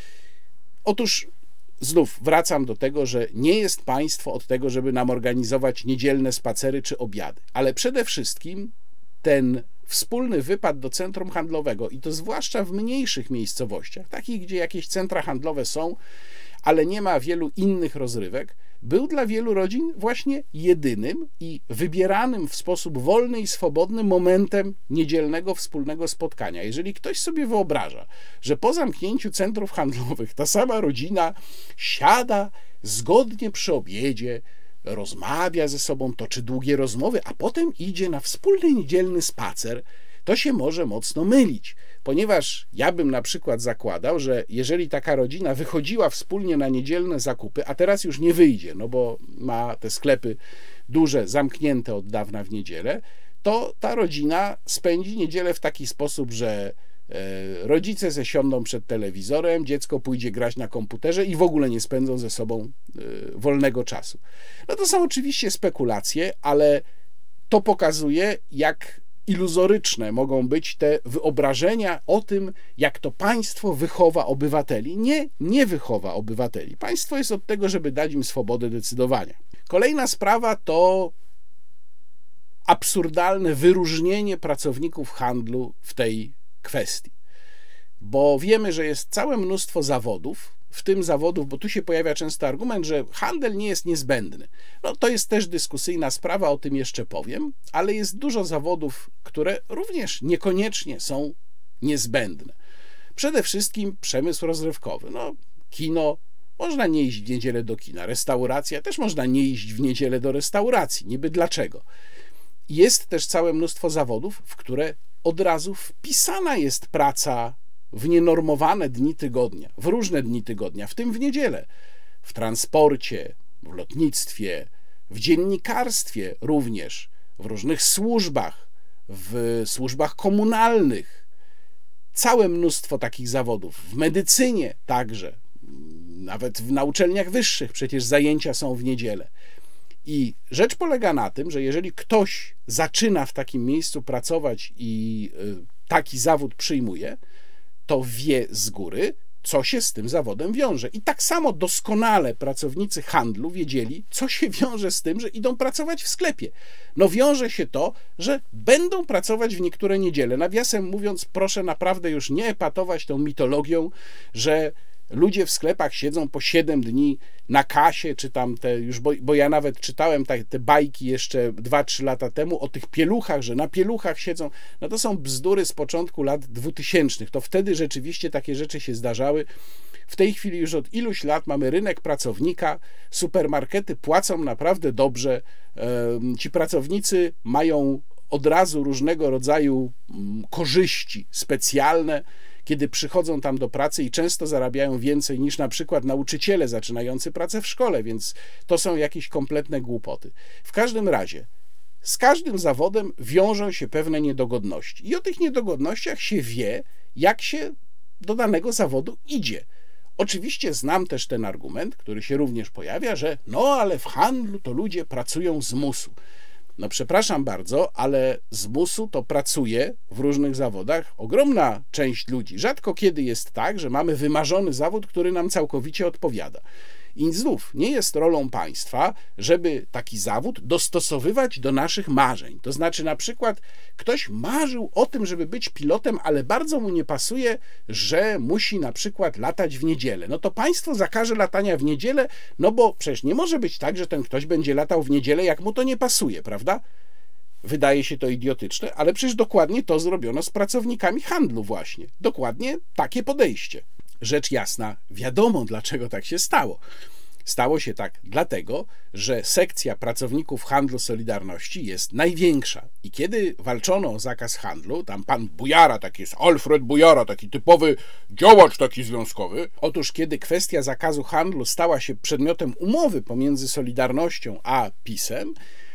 Otóż znów wracam do tego, że nie jest państwo od tego, żeby nam organizować niedzielne spacery czy obiady, ale przede wszystkim ten wspólny wypad do centrum handlowego, i to zwłaszcza w mniejszych miejscowościach, takich, gdzie jakieś centra handlowe są, ale nie ma wielu innych rozrywek, był dla wielu rodzin właśnie jedynym i wybieranym w sposób wolny i swobodny momentem niedzielnego wspólnego spotkania. Jeżeli ktoś sobie wyobraża, że po zamknięciu centrów handlowych ta sama rodzina siada zgodnie przy obiedzie, rozmawia ze sobą, toczy długie rozmowy, a potem idzie na wspólny niedzielny spacer, to się może mocno mylić, ponieważ ja bym na przykład zakładał, że jeżeli taka rodzina wychodziła wspólnie na niedzielne zakupy, a teraz już nie wyjdzie, no bo ma te sklepy duże zamknięte od dawna w niedzielę, to ta rodzina spędzi niedzielę w taki sposób, że rodzice zesiądą przed telewizorem, dziecko pójdzie grać na komputerze i w ogóle nie spędzą ze sobą wolnego czasu. No to są oczywiście spekulacje, ale to pokazuje, jak iluzoryczne mogą być te wyobrażenia o tym, jak to państwo wychowa obywateli. Nie wychowa obywateli. Państwo jest od tego, żeby dać im swobodę decydowania. Kolejna sprawa to absurdalne wyróżnienie pracowników handlu w tej kwestii. Bo wiemy, że jest całe mnóstwo zawodów, w tym zawodów, bo tu się pojawia często argument, że handel nie jest niezbędny. No to jest też dyskusyjna sprawa, o tym jeszcze powiem, ale jest dużo zawodów, które również niekoniecznie są niezbędne. Przede wszystkim przemysł rozrywkowy. No, kino, można nie iść w niedzielę do kina. Restauracja, też można nie iść w niedzielę do restauracji. Niby dlaczego? Jest też całe mnóstwo zawodów, w które od razu wpisana jest praca w nienormowane dni tygodnia, w różne dni tygodnia, w tym w niedzielę, w transporcie, w lotnictwie, w dziennikarstwie również, w różnych służbach, w służbach komunalnych. Całe mnóstwo takich zawodów, w medycynie także, nawet na uczelniach wyższych przecież zajęcia są w niedzielę. I rzecz polega na tym, że jeżeli ktoś zaczyna w takim miejscu pracować i taki zawód przyjmuje, to wie z góry, co się z tym zawodem wiąże. I tak samo doskonale pracownicy handlu wiedzieli, co się wiąże z tym, że idą pracować w sklepie. No wiąże się to, że będą pracować w niektóre niedziele. Nawiasem mówiąc, proszę naprawdę już nie epatować tą mitologią, że ludzie w sklepach siedzą po 7 dni na kasie, czy tam te już, bo ja nawet czytałem te bajki jeszcze 2-3 lata temu o tych pieluchach, że na pieluchach siedzą. No to są bzdury z początku lat 2000. To wtedy rzeczywiście takie rzeczy się zdarzały. W tej chwili już od iluś lat mamy rynek pracownika, supermarkety płacą naprawdę dobrze. Ci pracownicy mają od razu różnego rodzaju korzyści specjalne, kiedy przychodzą tam do pracy i często zarabiają więcej niż na przykład nauczyciele zaczynający pracę w szkole, więc to są jakieś kompletne głupoty. W każdym razie z każdym zawodem wiążą się pewne niedogodności i o tych niedogodnościach się wie, jak się do danego zawodu idzie. Oczywiście znam też ten argument, który się również pojawia, że no ale w handlu to ludzie pracują z musu. No przepraszam bardzo, ale z musu to pracuje w różnych zawodach ogromna część ludzi. Rzadko kiedy jest tak, że mamy wymarzony zawód, który nam całkowicie odpowiada. I znów nie jest rolą państwa, żeby taki zawód dostosowywać do naszych marzeń. To znaczy na przykład ktoś marzył o tym, żeby być pilotem, ale bardzo mu nie pasuje, że musi na przykład latać w niedzielę. No to państwo zakaże latania w niedzielę, no bo przecież nie może być tak, że ten ktoś będzie latał w niedzielę, jak mu to nie pasuje, prawda? Wydaje się to idiotyczne, ale przecież dokładnie to zrobiono z pracownikami handlu właśnie. Dokładnie takie podejście. Rzecz jasna, wiadomo dlaczego tak się stało. Stało się tak dlatego, że sekcja pracowników handlu Solidarności jest największa. I kiedy walczono o zakaz handlu, tam pan Bujara, taki jest Alfred Bujara, taki typowy działacz taki związkowy. Otóż kiedy kwestia zakazu handlu stała się przedmiotem umowy pomiędzy Solidarnością a PiS-em,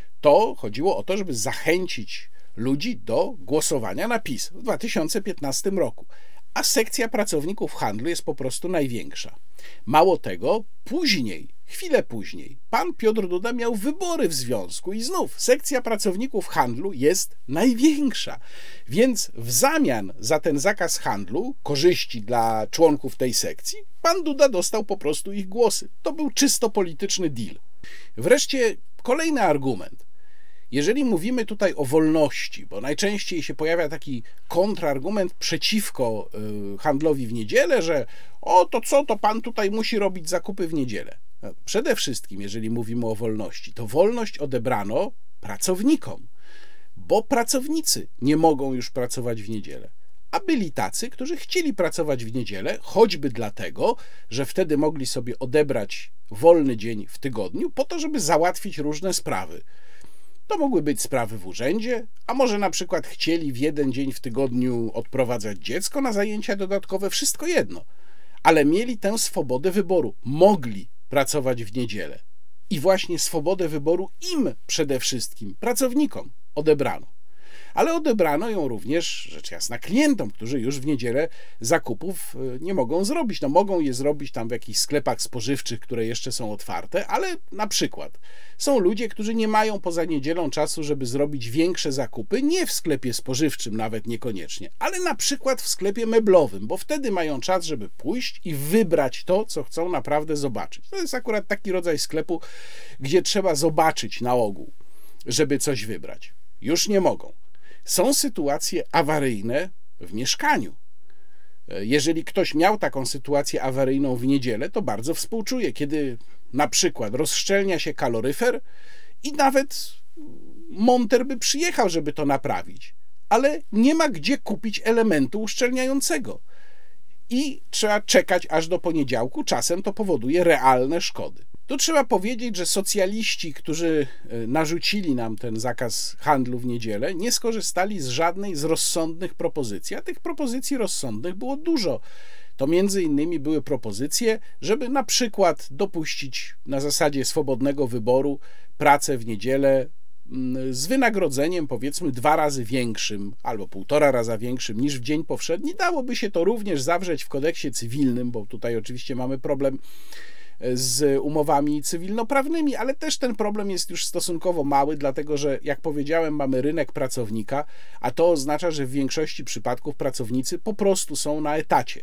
to chodziło o to, żeby zachęcić ludzi do głosowania na PiS w 2015 roku. a sekcja pracowników handlu jest po prostu największa. Mało tego, chwilę później, pan Piotr Duda miał wybory w związku i znów sekcja pracowników handlu jest największa. Więc w zamian za ten zakaz handlu, korzyści dla członków tej sekcji, pan Duda dostał po prostu ich głosy. To był czysto polityczny deal. Wreszcie kolejny argument. Jeżeli mówimy tutaj o wolności, bo najczęściej się pojawia taki kontrargument przeciwko handlowi w niedzielę, że to pan tutaj musi robić zakupy w niedzielę. Przede wszystkim, jeżeli mówimy o wolności, to wolność odebrano pracownikom, bo pracownicy nie mogą już pracować w niedzielę. A byli tacy, którzy chcieli pracować w niedzielę, choćby dlatego, że wtedy mogli sobie odebrać wolny dzień w tygodniu po to, żeby załatwić różne sprawy. To mogły być sprawy w urzędzie, a może na przykład chcieli w jeden dzień w tygodniu odprowadzać dziecko na zajęcia dodatkowe, wszystko jedno. Ale mieli tę swobodę wyboru, mogli pracować w niedzielę. I właśnie swobodę wyboru im przede wszystkim, pracownikom, odebrano. Ale odebrano ją również, rzecz jasna, klientom, którzy już w niedzielę zakupów nie mogą zrobić. Mogą je zrobić tam w jakichś sklepach spożywczych, które jeszcze są otwarte, ale na przykład są ludzie, którzy nie mają poza niedzielą czasu, żeby zrobić większe zakupy, nie w sklepie spożywczym nawet niekoniecznie, ale na przykład w sklepie meblowym, bo wtedy mają czas, żeby pójść i wybrać to, co chcą naprawdę zobaczyć. To jest akurat taki rodzaj sklepu, gdzie trzeba zobaczyć na ogół, żeby coś wybrać. Już nie mogą. Są sytuacje awaryjne w mieszkaniu. Jeżeli ktoś miał taką sytuację awaryjną w niedzielę, to bardzo współczuję, kiedy na przykład rozszczelnia się kaloryfer i nawet monter by przyjechał, żeby to naprawić, ale nie ma gdzie kupić elementu uszczelniającego i trzeba czekać aż do poniedziałku, czasem to powoduje realne szkody. Tu trzeba powiedzieć, że socjaliści, którzy narzucili nam ten zakaz handlu w niedzielę, nie skorzystali z żadnej z rozsądnych propozycji, a tych propozycji rozsądnych było dużo. To między innymi były propozycje, żeby na przykład dopuścić na zasadzie swobodnego wyboru pracę w niedzielę z wynagrodzeniem powiedzmy 2 razy większym albo 1,5 raza większym niż w dzień powszedni. Dałoby się to również zawrzeć w kodeksie cywilnym, bo tutaj oczywiście mamy problem z umowami cywilnoprawnymi, ale też ten problem jest już stosunkowo mały, dlatego że, jak powiedziałem, mamy rynek pracownika, a to oznacza, że w większości przypadków pracownicy po prostu są na etacie.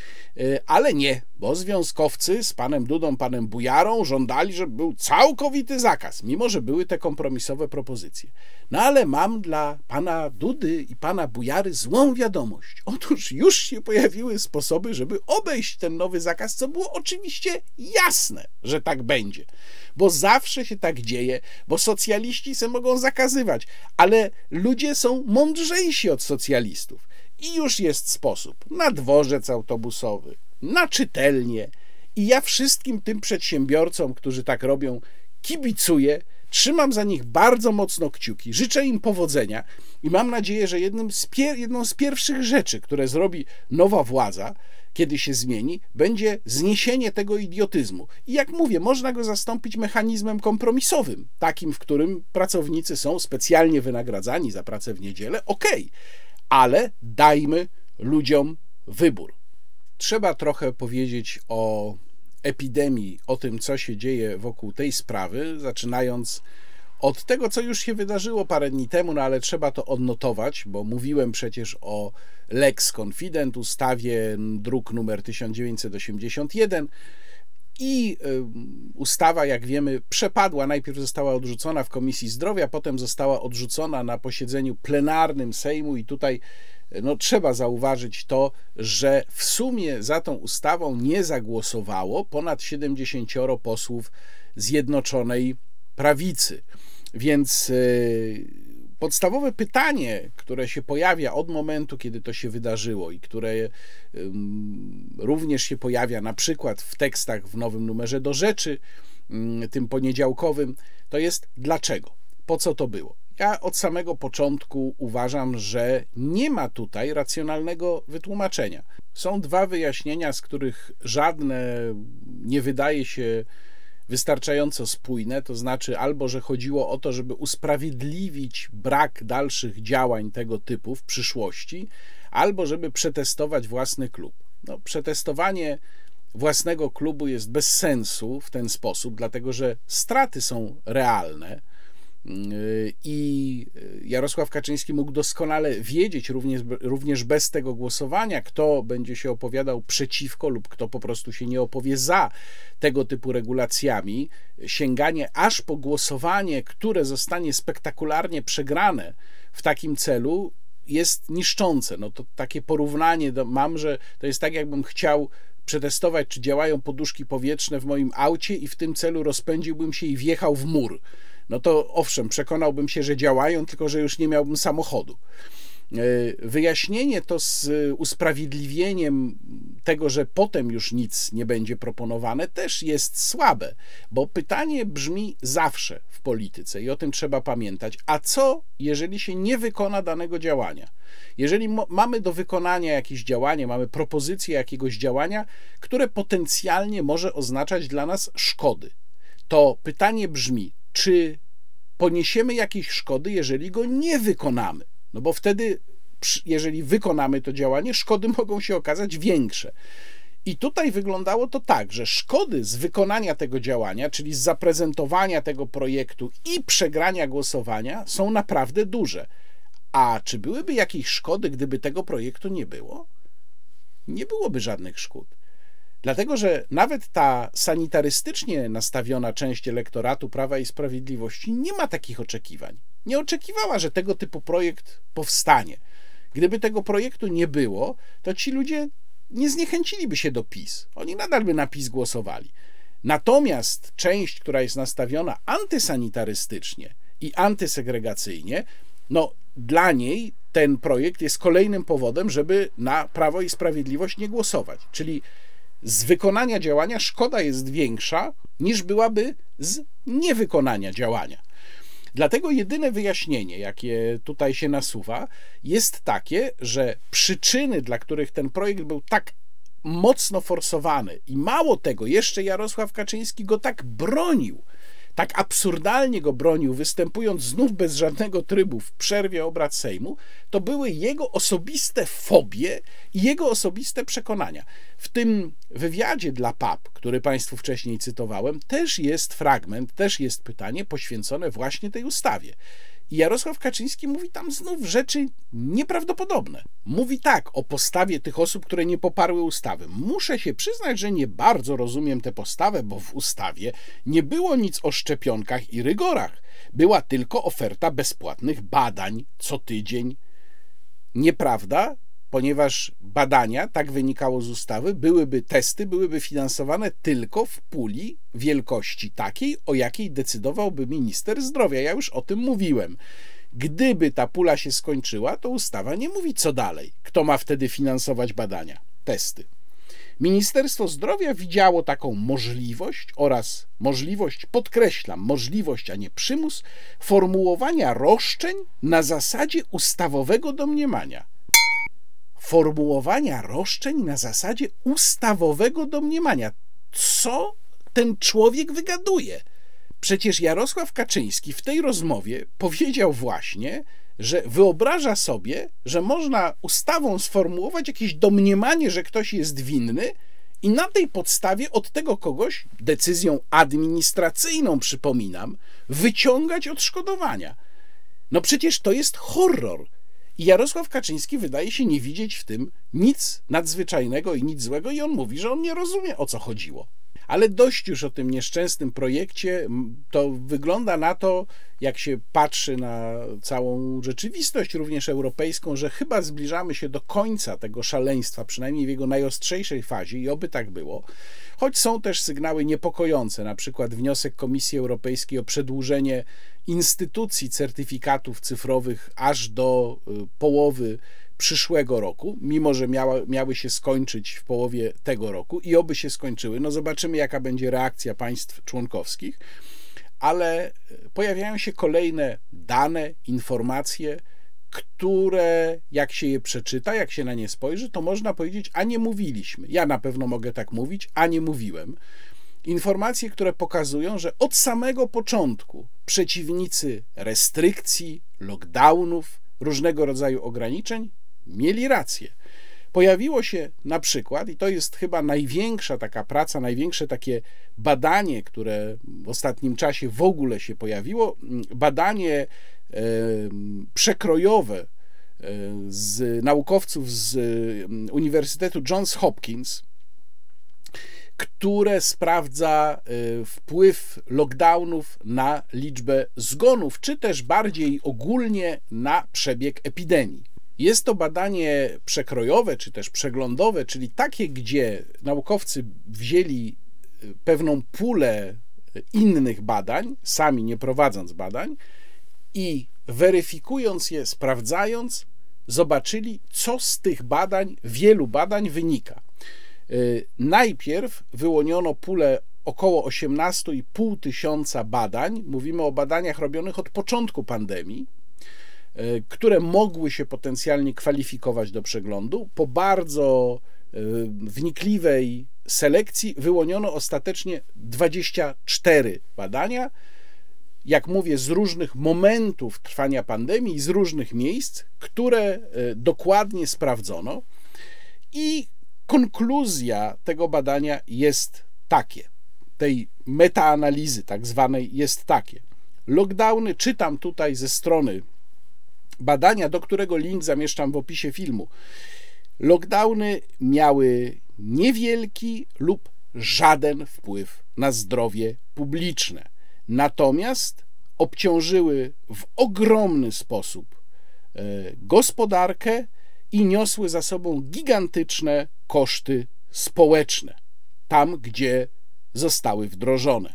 Ale nie, bo związkowcy z panem Dudą, panem Bujarą żądali, żeby był całkowity zakaz, mimo że były te kompromisowe propozycje. No ale mam dla pana Dudy i pana Bujary złą wiadomość. Otóż już się pojawiły sposoby, żeby obejść ten nowy zakaz, co było oczywiście jasne, że tak będzie. Bo zawsze się tak dzieje, bo socjaliści se mogą zakazywać, ale ludzie są mądrzejsi od socjalistów. I już jest sposób na dworzec autobusowy, na czytelnię. I ja wszystkim tym przedsiębiorcom, którzy tak robią, kibicuję, trzymam za nich bardzo mocno kciuki, życzę im powodzenia i mam nadzieję, że jedną z pierwszych rzeczy, które zrobi nowa władza, kiedy się zmieni, będzie zniesienie tego idiotyzmu. I jak mówię, można go zastąpić mechanizmem kompromisowym, takim, w którym pracownicy są specjalnie wynagradzani za pracę w niedzielę, ale dajmy ludziom wybór. Trzeba trochę powiedzieć o epidemii, o tym, co się dzieje wokół tej sprawy, zaczynając od tego, co już się wydarzyło parę dni temu, ale trzeba to odnotować, bo mówiłem przecież o Lex Confident, ustawie druk numer 1981 i ustawa, jak wiemy, przepadła. Najpierw została odrzucona w Komisji Zdrowia, potem została odrzucona na posiedzeniu plenarnym Sejmu i tutaj trzeba zauważyć to, że w sumie za tą ustawą nie zagłosowało ponad 70 posłów Zjednoczonej Prawicy. Więc podstawowe pytanie, które się pojawia od momentu, kiedy to się wydarzyło i które również się pojawia na przykład w tekstach w nowym numerze Do Rzeczy, tym poniedziałkowym, to jest dlaczego? Po co to było? Ja od samego początku uważam, że nie ma tutaj racjonalnego wytłumaczenia. Są 2 wyjaśnienia, z których żadne nie wydaje się wystarczająco spójne, to znaczy albo, że chodziło o to, żeby usprawiedliwić brak dalszych działań tego typu w przyszłości, albo żeby przetestować własny klub. No, przetestowanie własnego klubu jest bez sensu w ten sposób, dlatego że straty są realne i Jarosław Kaczyński mógł doskonale wiedzieć również bez tego głosowania, kto będzie się opowiadał przeciwko lub kto po prostu się nie opowie za tego typu regulacjami. Sięganie aż po głosowanie, które zostanie spektakularnie przegrane w takim celu, jest niszczące. No to takie porównanie mam, że to jest tak, jakbym chciał przetestować, czy działają poduszki powietrzne w moim aucie i w tym celu rozpędziłbym się i wjechał w mur. No to owszem, przekonałbym się, że działają, tylko że już nie miałbym samochodu. Wyjaśnienie to z usprawiedliwieniem tego, że potem już nic nie będzie proponowane, też jest słabe, bo pytanie brzmi zawsze w polityce i o tym trzeba pamiętać. A co, jeżeli się nie wykona danego działania? Jeżeli mamy do wykonania jakieś działanie, mamy propozycję jakiegoś działania, które potencjalnie może oznaczać dla nas szkody, to pytanie brzmi, czy poniesiemy jakieś szkody, jeżeli go nie wykonamy? No bo wtedy, jeżeli wykonamy to działanie, szkody mogą się okazać większe. I tutaj wyglądało to tak, że szkody z wykonania tego działania, czyli z zaprezentowania tego projektu i przegrania głosowania, są naprawdę duże. A czy byłyby jakieś szkody, gdyby tego projektu nie było? Nie byłoby żadnych szkód. Dlatego, że nawet ta sanitarystycznie nastawiona część elektoratu Prawa i Sprawiedliwości nie ma takich oczekiwań. Nie oczekiwała, że tego typu projekt powstanie. Gdyby tego projektu nie było, to ci ludzie nie zniechęciliby się do PiS. Oni nadal by na PiS głosowali. Natomiast część, która jest nastawiona antysanitarystycznie i antysegregacyjnie, no dla niej ten projekt jest kolejnym powodem, żeby na Prawo i Sprawiedliwość nie głosować. Czyli z wykonania działania szkoda jest większa niż byłaby z niewykonania działania. Dlatego jedyne wyjaśnienie, jakie tutaj się nasuwa, jest takie, że przyczyny, dla których ten projekt był tak mocno forsowany i mało tego, jeszcze Jarosław Kaczyński go tak bronił, tak absurdalnie go bronił, występując znów bez żadnego trybu w przerwie obrad Sejmu, to były jego osobiste fobie i jego osobiste przekonania. W tym wywiadzie dla PAP, który Państwu wcześniej cytowałem, też jest fragment, też jest pytanie poświęcone właśnie tej ustawie. I Jarosław Kaczyński mówi tam znów rzeczy nieprawdopodobne. Mówi tak o postawie tych osób, które nie poparły ustawy. Muszę się przyznać, że nie bardzo rozumiem tę postawę, bo w ustawie nie było nic o szczepionkach i rygorach. Była tylko oferta bezpłatnych badań co tydzień. Nieprawda, ponieważ badania, tak wynikało z ustawy, testy byłyby finansowane tylko w puli wielkości takiej, o jakiej decydowałby minister zdrowia. Ja już o tym mówiłem. Gdyby ta pula się skończyła, to ustawa nie mówi co dalej. Kto ma wtedy finansować badania, testy. Ministerstwo Zdrowia widziało taką możliwość oraz możliwość, podkreślam, możliwość, a nie przymus, formułowania roszczeń na zasadzie ustawowego domniemania. Formułowania roszczeń na zasadzie ustawowego domniemania. Co ten człowiek wygaduje? Przecież Jarosław Kaczyński w tej rozmowie powiedział właśnie, że wyobraża sobie, że można ustawą sformułować jakieś domniemanie, że ktoś jest winny i na tej podstawie od tego kogoś, decyzją administracyjną, przypominam, wyciągać odszkodowania. No przecież to jest horror. I Jarosław Kaczyński wydaje się nie widzieć w tym nic nadzwyczajnego i nic złego i on mówi, że on nie rozumie, o co chodziło. Ale dość już o tym nieszczęsnym projekcie. To wygląda na to, jak się patrzy na całą rzeczywistość, również europejską, że chyba zbliżamy się do końca tego szaleństwa, przynajmniej w jego najostrzejszej fazie i oby tak było. Choć są też sygnały niepokojące, na przykład wniosek Komisji Europejskiej o przedłużenie instytucji certyfikatów cyfrowych aż do połowy przyszłego roku, mimo że miały się skończyć w połowie tego roku i oby się skończyły. No zobaczymy, jaka będzie reakcja państw członkowskich, ale pojawiają się kolejne dane, informacje, które jak się je przeczyta, jak się na nie spojrzy, to można powiedzieć, a nie mówiliśmy. Ja na pewno mogę tak mówić, a nie mówiłem. Informacje, które pokazują, że od samego początku przeciwnicy restrykcji, lockdownów, różnego rodzaju ograniczeń mieli rację. Pojawiło się na przykład, i to jest chyba największa taka praca, największe takie badanie, które w ostatnim czasie w ogóle się pojawiło, badanie przekrojowe z naukowców z Uniwersytetu Johns Hopkins, które sprawdza wpływ lockdownów na liczbę zgonów, czy też bardziej ogólnie na przebieg epidemii. Jest to badanie przekrojowe, czy też przeglądowe, czyli takie, gdzie naukowcy wzięli pewną pulę innych badań, sami nie prowadząc badań, i weryfikując je, sprawdzając, zobaczyli, co z tych badań, wielu badań wynika. Najpierw wyłoniono pulę około 18,5 tysiąca badań, mówimy o badaniach robionych od początku pandemii, które mogły się potencjalnie kwalifikować do przeglądu. Po bardzo wnikliwej selekcji wyłoniono ostatecznie 24 badania, jak mówię, z różnych momentów trwania pandemii, z różnych miejsc, które dokładnie sprawdzono, i konkluzja tego badania jest takie, tej metaanalizy tak zwanej jest takie. Lockdowny, czytam tutaj ze strony badania, do którego link zamieszczam w opisie filmu. Lockdowny miały niewielki lub żaden wpływ na zdrowie publiczne. Natomiast obciążyły w ogromny sposób gospodarkę i niosły za sobą gigantyczne koszty społeczne, tam gdzie zostały wdrożone.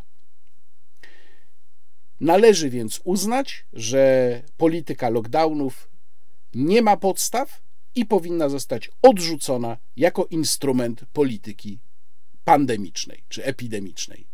Należy więc uznać, że polityka lockdownów nie ma podstaw i powinna zostać odrzucona jako instrument polityki pandemicznej czy epidemicznej.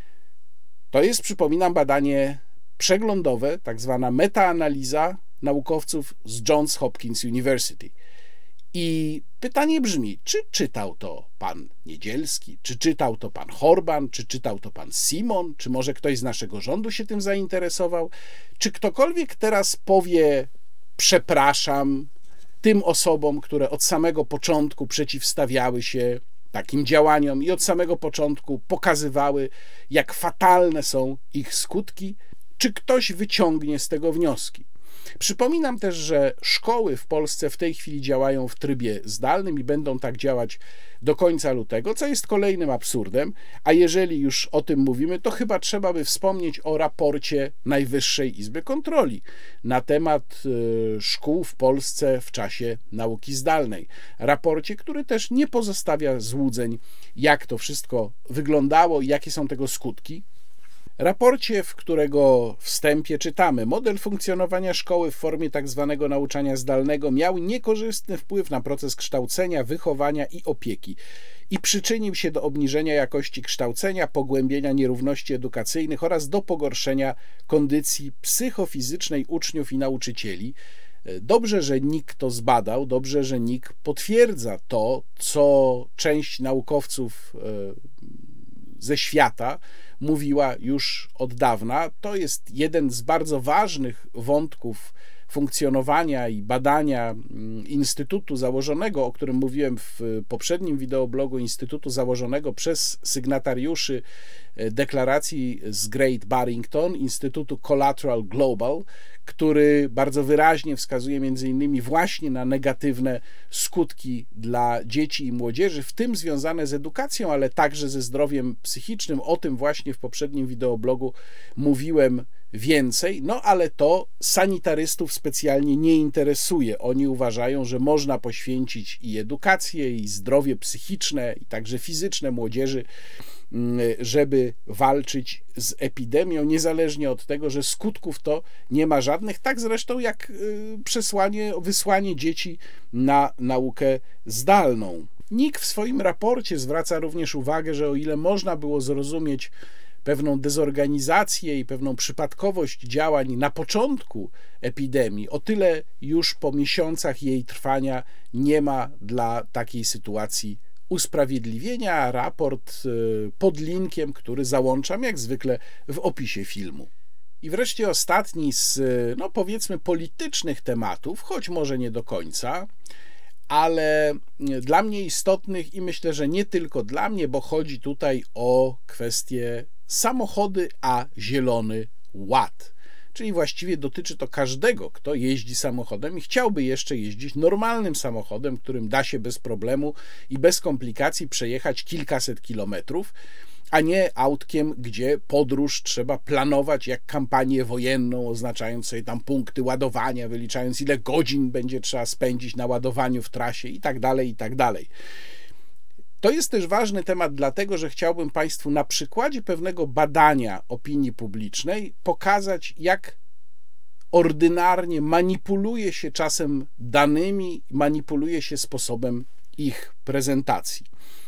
To jest, przypominam, badanie przeglądowe, tak zwana metaanaliza naukowców z Johns Hopkins University. I pytanie brzmi, czy czytał to pan Niedzielski, czy czytał to pan Horban, czy czytał to pan Simon, czy może ktoś z naszego rządu się tym zainteresował? Czy ktokolwiek teraz powie przepraszam tym osobom, które od samego początku przeciwstawiały się takim działaniom i od samego początku pokazywały, jak fatalne są ich skutki? Czy ktoś wyciągnie z tego wnioski? Przypominam też, że szkoły w Polsce w tej chwili działają w trybie zdalnym i będą tak działać do końca lutego, co jest kolejnym absurdem, a jeżeli już o tym mówimy, to chyba trzeba by wspomnieć o raporcie Najwyższej Izby Kontroli na temat szkół w Polsce w czasie nauki zdalnej. Raporcie, który też nie pozostawia złudzeń, jak to wszystko wyglądało i jakie są tego skutki. Raporcie, w którego wstępie czytamy: model funkcjonowania szkoły w formie tzw. nauczania zdalnego miał niekorzystny wpływ na proces kształcenia, wychowania i opieki i przyczynił się do obniżenia jakości kształcenia, pogłębienia nierówności edukacyjnych oraz do pogorszenia kondycji psychofizycznej uczniów i nauczycieli. Dobrze, że NIK to zbadał, dobrze, że NIK potwierdza to, co część naukowców ze świata mówiła już od dawna. To jest jeden z bardzo ważnych wątków funkcjonowania i badania instytutu założonego, o którym mówiłem w poprzednim wideoblogu, instytutu założonego przez sygnatariuszy deklaracji z Great Barrington, Instytutu Collateral Global, który bardzo wyraźnie wskazuje między innymi właśnie na negatywne skutki dla dzieci i młodzieży, w tym związane z edukacją, ale także ze zdrowiem psychicznym. O tym właśnie w poprzednim wideoblogu mówiłem więcej, no ale to sanitarystów specjalnie nie interesuje. Oni uważają, że można poświęcić i edukację, i zdrowie psychiczne, i także fizyczne młodzieży, żeby walczyć z epidemią, niezależnie od tego, że skutków to nie ma żadnych, tak zresztą jak wysłanie dzieci na naukę zdalną. NIK w swoim raporcie zwraca również uwagę, że o ile można było zrozumieć pewną dezorganizację i pewną przypadkowość działań na początku epidemii, o tyle już po miesiącach jej trwania nie ma dla takiej sytuacji usprawiedliwienia. Raport pod linkiem, który załączam jak zwykle w opisie filmu. I wreszcie ostatni z, no powiedzmy, politycznych tematów, choć może nie do końca, ale dla mnie istotnych i myślę, że nie tylko dla mnie, bo chodzi tutaj o kwestie samochody, a Zielony Ład. Czyli właściwie dotyczy to każdego, kto jeździ samochodem i chciałby jeszcze jeździć normalnym samochodem, którym da się bez problemu i bez komplikacji przejechać kilkaset kilometrów, a nie autkiem, gdzie podróż trzeba planować jak kampanię wojenną, oznaczając sobie tam punkty ładowania, wyliczając ile godzin będzie trzeba spędzić na ładowaniu w trasie i tak dalej, i tak dalej. To jest też ważny temat, dlatego że chciałbym Państwu na przykładzie pewnego badania opinii publicznej pokazać, jak ordynarnie manipuluje się czasem danymi, manipuluje się sposobem ich prezentacji.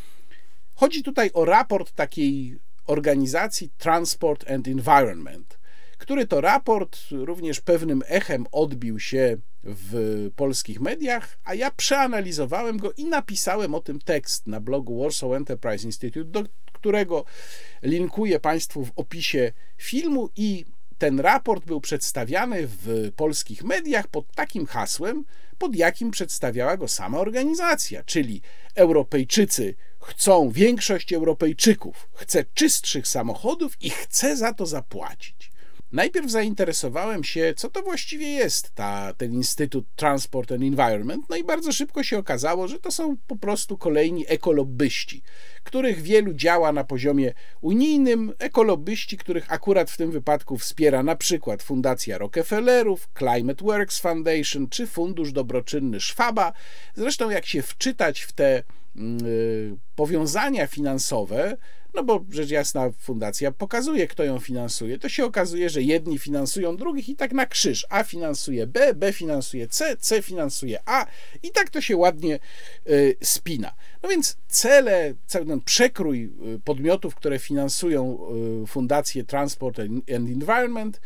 Chodzi tutaj o raport takiej organizacji Transport and Environment, który to raport również pewnym echem odbił się w polskich mediach, a ja przeanalizowałem go i napisałem o tym tekst na blogu Warsaw Enterprise Institute, do którego linkuję Państwu w opisie filmu, i ten raport był przedstawiany w polskich mediach pod takim hasłem, pod jakim przedstawiała go sama organizacja, czyli Europejczycy chcą, większość Europejczyków chce czystszych samochodów i chce za to zapłacić. Najpierw zainteresowałem się, co to właściwie jest ten Instytut Transport and Environment, no i bardzo szybko się okazało, że to są po prostu kolejni ekolobbyści, których wielu działa na poziomie unijnym, ekolobbyści, których akurat w tym wypadku wspiera na przykład Fundacja Rockefellerów, Climate Works Foundation czy Fundusz Dobroczynny Schwaba. Zresztą jak się wczytać w te powiązania finansowe, no bo rzecz jasna fundacja pokazuje, kto ją finansuje, to się okazuje, że jedni finansują drugich i tak na krzyż. A finansuje B, B finansuje C, C finansuje A i tak to się ładnie spina. No więc cały ten przekrój podmiotów, które finansują Fundację Transport and Environment,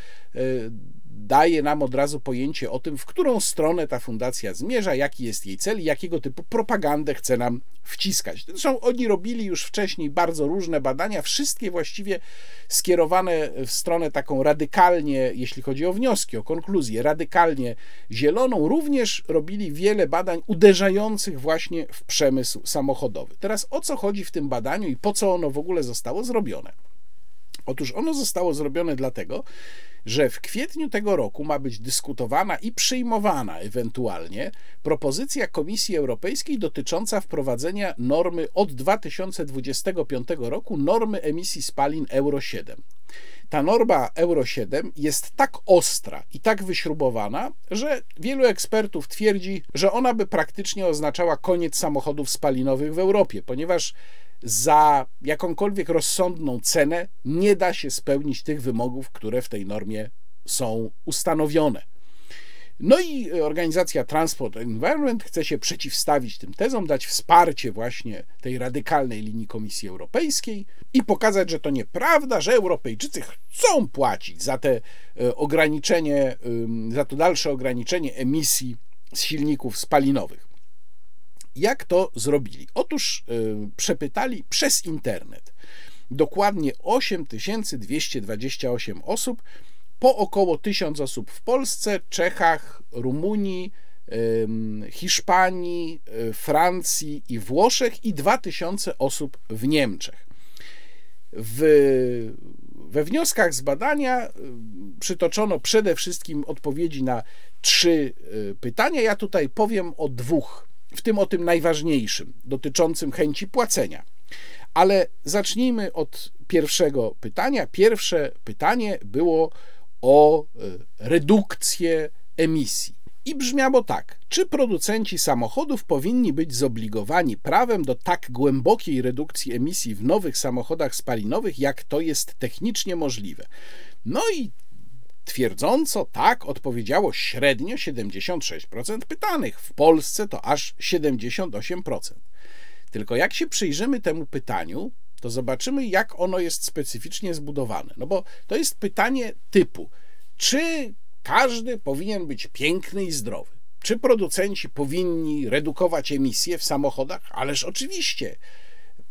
daje nam od razu pojęcie o tym, w którą stronę ta fundacja zmierza, jaki jest jej cel i jakiego typu propagandę chce nam wciskać. Zresztą oni robili już wcześniej bardzo różne badania, wszystkie właściwie skierowane w stronę taką radykalnie, jeśli chodzi o wnioski, o konkluzje, radykalnie zieloną. Również robili wiele badań uderzających właśnie w przemysł samochodowy. Teraz o co chodzi w tym badaniu i po co ono w ogóle zostało zrobione? Otóż ono zostało zrobione dlatego, że w kwietniu tego roku ma być dyskutowana i przyjmowana ewentualnie propozycja Komisji Europejskiej dotycząca wprowadzenia normy od 2025 roku, normy emisji spalin Euro 7. Ta norma Euro 7 jest tak ostra i tak wyśrubowana, że wielu ekspertów twierdzi, że ona by praktycznie oznaczała koniec samochodów spalinowych w Europie, ponieważ za jakąkolwiek rozsądną cenę nie da się spełnić tych wymogów, które w tej normie są ustanowione. No i organizacja Transport and Environment chce się przeciwstawić tym tezom, dać wsparcie właśnie tej radykalnej linii Komisji Europejskiej i pokazać, że to nieprawda, że Europejczycy chcą płacić za te ograniczenie, za to dalsze ograniczenie emisji z silników spalinowych. Jak to zrobili? Otóż przepytali przez internet dokładnie 8228 osób, po około 1000 osób w Polsce, Czechach, Rumunii, Hiszpanii, Francji i Włoszech i 2000 osób w Niemczech. We wnioskach z badania przytoczono przede wszystkim odpowiedzi na 3 pytania. Ja tutaj powiem o 2, w tym o tym najważniejszym, dotyczącym chęci płacenia. Ale zacznijmy od pierwszego pytania. Pierwsze pytanie było o redukcję emisji. I brzmiało tak: czy producenci samochodów powinni być zobligowani prawem do tak głębokiej redukcji emisji w nowych samochodach spalinowych, jak to jest technicznie możliwe? No i twierdząco tak odpowiedziało średnio 76% pytanych. W Polsce to aż 78%. Tylko jak się przyjrzymy temu pytaniu, to zobaczymy, jak ono jest specyficznie zbudowane. No bo to jest pytanie typu: czy każdy powinien być piękny i zdrowy? Czy producenci powinni redukować emisje w samochodach? Ależ oczywiście.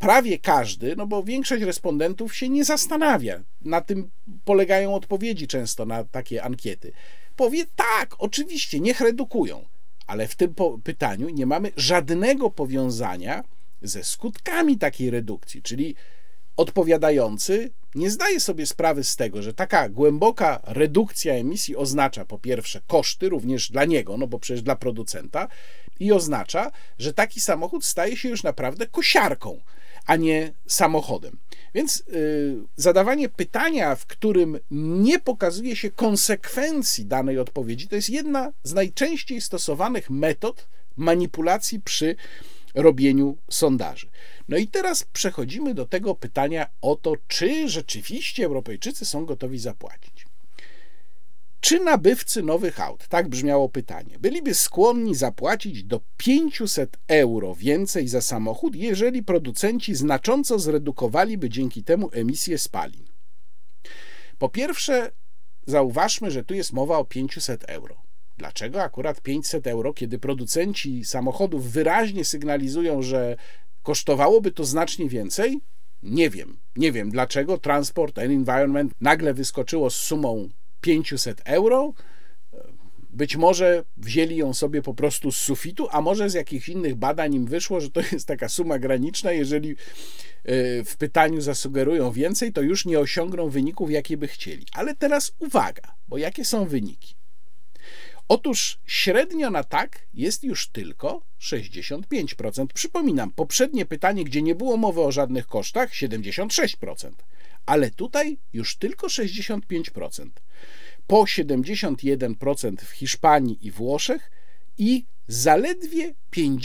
prawie każdy, no bo większość respondentów się nie zastanawia, na tym polegają odpowiedzi często na takie ankiety, powie tak, oczywiście, niech redukują, ale w tym pytaniu nie mamy żadnego powiązania ze skutkami takiej redukcji, czyli odpowiadający nie zdaje sobie sprawy z tego, że taka głęboka redukcja emisji oznacza po pierwsze koszty również dla niego, no bo przecież dla producenta, i oznacza, że taki samochód staje się już naprawdę kosiarką, a nie samochodem. Więc zadawanie pytania, w którym nie pokazuje się konsekwencji danej odpowiedzi, to jest jedna z najczęściej stosowanych metod manipulacji przy robieniu sondaży. No i teraz przechodzimy do tego pytania o to, czy rzeczywiście Europejczycy są gotowi zapłacić. Czy nabywcy nowych aut, tak brzmiało pytanie, byliby skłonni zapłacić do 500 euro więcej za samochód, jeżeli producenci znacząco zredukowaliby dzięki temu emisję spalin? Po pierwsze, zauważmy, że tu jest mowa o 500 euro. Dlaczego akurat 500 euro, kiedy producenci samochodów wyraźnie sygnalizują, że kosztowałoby to znacznie więcej? Nie wiem. Nie wiem, dlaczego Transport and Environment nagle wyskoczyło z sumą 500 euro. Być może wzięli ją sobie po prostu z sufitu, a może z jakichś innych badań im wyszło, że to jest taka suma graniczna. Jeżeli w pytaniu zasugerują więcej, to już nie osiągną wyników, jakie by chcieli. Ale teraz uwaga, bo jakie są wyniki? Otóż średnio na tak jest już tylko 65%. Przypominam, poprzednie pytanie, gdzie nie było mowy o żadnych kosztach, 76%. Ale tutaj już tylko 65%. Po 71% w Hiszpanii i Włoszech i zaledwie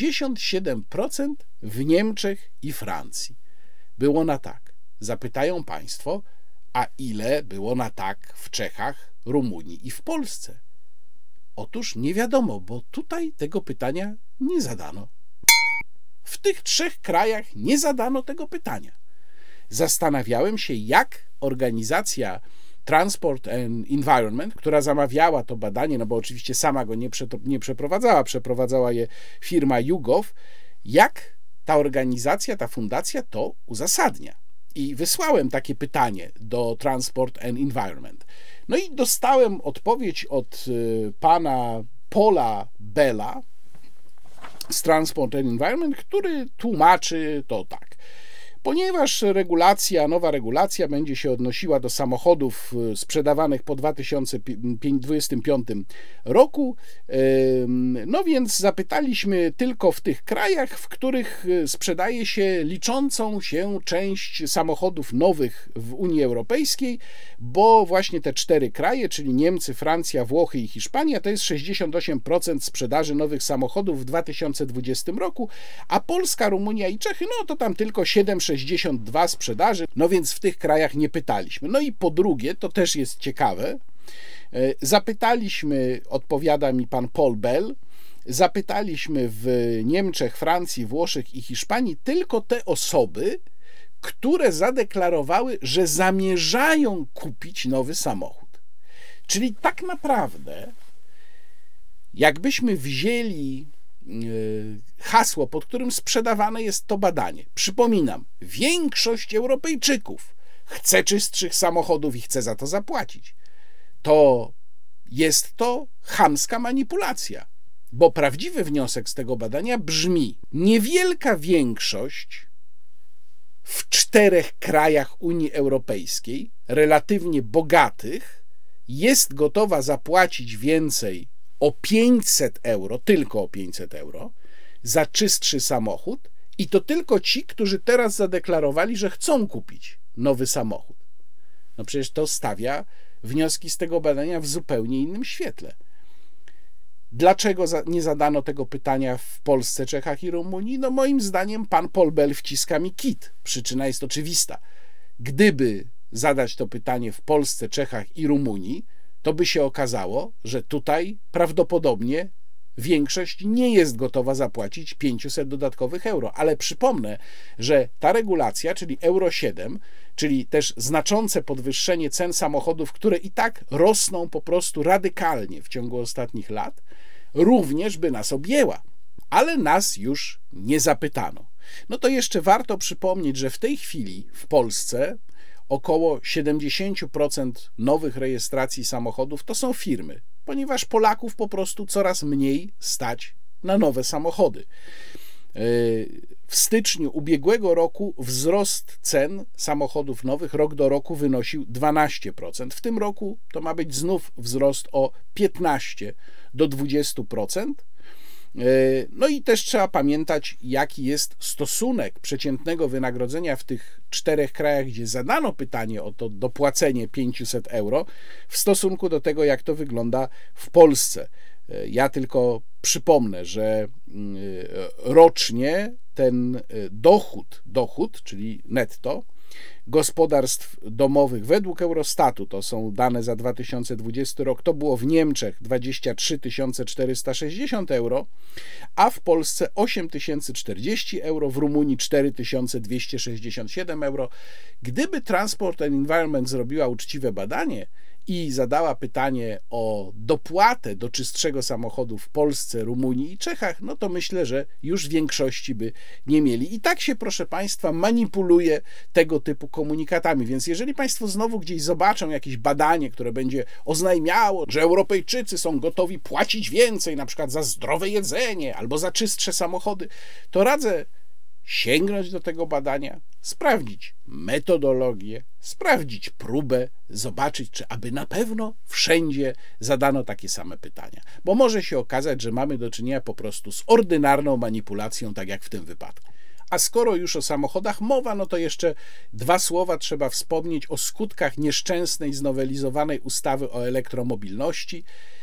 57% w Niemczech i Francji. Było na tak. Zapytają Państwo, a ile było na tak w Czechach, Rumunii i w Polsce? Otóż nie wiadomo, bo tutaj tego pytania nie zadano. W tych trzech krajach nie zadano tego pytania. Zastanawiałem się, jak organizacja Transport and Environment, która zamawiała to badanie, no bo oczywiście sama go nie przeprowadzała, przeprowadzała je firma YouGov, jak ta organizacja, ta fundacja to uzasadnia. I wysłałem takie pytanie do Transport and Environment. No i dostałem odpowiedź od pana Paula Bella z Transport and Environment, który tłumaczy to tak. Ponieważ nowa regulacja będzie się odnosiła do samochodów sprzedawanych po 2025 roku, no więc zapytaliśmy tylko w tych krajach, w których sprzedaje się liczącą się część samochodów nowych w Unii Europejskiej, bo właśnie te 4 kraje, czyli Niemcy, Francja, Włochy i Hiszpania, to jest 68% sprzedaży nowych samochodów w 2020 roku, a Polska, Rumunia i Czechy, no to tam tylko 7,62 sprzedaży, no więc w tych krajach nie pytaliśmy. No i po drugie, to też jest ciekawe, zapytaliśmy, odpowiada mi pan Paul Bell, zapytaliśmy w Niemczech, Francji, Włoszech i Hiszpanii tylko te osoby, które zadeklarowały, że zamierzają kupić nowy samochód. Czyli tak naprawdę, jakbyśmy wzięli hasło, pod którym sprzedawane jest to badanie. Przypominam, większość Europejczyków chce czystszych samochodów i chce za to zapłacić. To jest to chamska manipulacja, bo prawdziwy wniosek z tego badania brzmi: niewielka większość w 4 krajach Unii Europejskiej, relatywnie bogatych, jest gotowa zapłacić więcej o 500 euro, tylko o 500 euro, za czystszy samochód, i to tylko ci, którzy teraz zadeklarowali, że chcą kupić nowy samochód. No przecież to stawia wnioski z tego badania w zupełnie innym świetle. Dlaczego nie zadano tego pytania w Polsce, Czechach i Rumunii? No moim zdaniem pan Paul Bell wciska mi kit. Przyczyna jest oczywista. Gdyby zadać to pytanie w Polsce, Czechach i Rumunii, to by się okazało, że tutaj prawdopodobnie większość nie jest gotowa zapłacić 500 dodatkowych euro. Ale przypomnę, że ta regulacja, czyli Euro 7, czyli też znaczące podwyższenie cen samochodów, które i tak rosną po prostu radykalnie w ciągu ostatnich lat, również by nas objęła. Ale nas już nie zapytano. no to jeszcze warto przypomnieć, że w tej chwili w Polsce około 70% nowych rejestracji samochodów to są firmy, ponieważ Polaków po prostu coraz mniej stać na nowe samochody. W styczniu ubiegłego roku wzrost cen samochodów nowych rok do roku wynosił 12%. W tym roku to ma być znów wzrost o 15 do 20%. No i też trzeba pamiętać, jaki jest stosunek przeciętnego wynagrodzenia w tych 4 krajach, gdzie zadano pytanie o to dopłacenie 500 euro, w stosunku do tego, jak to wygląda w Polsce. Ja tylko przypomnę, że rocznie ten dochód, czyli netto, gospodarstw domowych według Eurostatu, to są dane za 2020 rok, to było w Niemczech 23 460 euro, a w Polsce 8040 euro, w Rumunii 4267 euro. Gdyby Transport and Environment zrobiła uczciwe badanie i zadała pytanie o dopłatę do czystszego samochodu w Polsce, Rumunii i Czechach, no to myślę, że już większości by nie mieli. I tak się, proszę Państwa, manipuluje tego typu komunikatami. Więc jeżeli Państwo znowu gdzieś zobaczą jakieś badanie, które będzie oznajmiało, że Europejczycy są gotowi płacić więcej, na przykład za zdrowe jedzenie albo za czystsze samochody, to radzę sięgnąć do tego badania, sprawdzić metodologię, sprawdzić próbę, zobaczyć, czy aby na pewno wszędzie zadano takie same pytania. Bo może się okazać, że mamy do czynienia po prostu z ordynarną manipulacją, tak jak w tym wypadku. A skoro już o samochodach mowa, no to jeszcze 2 słowa trzeba wspomnieć o skutkach nieszczęsnej, znowelizowanej ustawy o elektromobilności,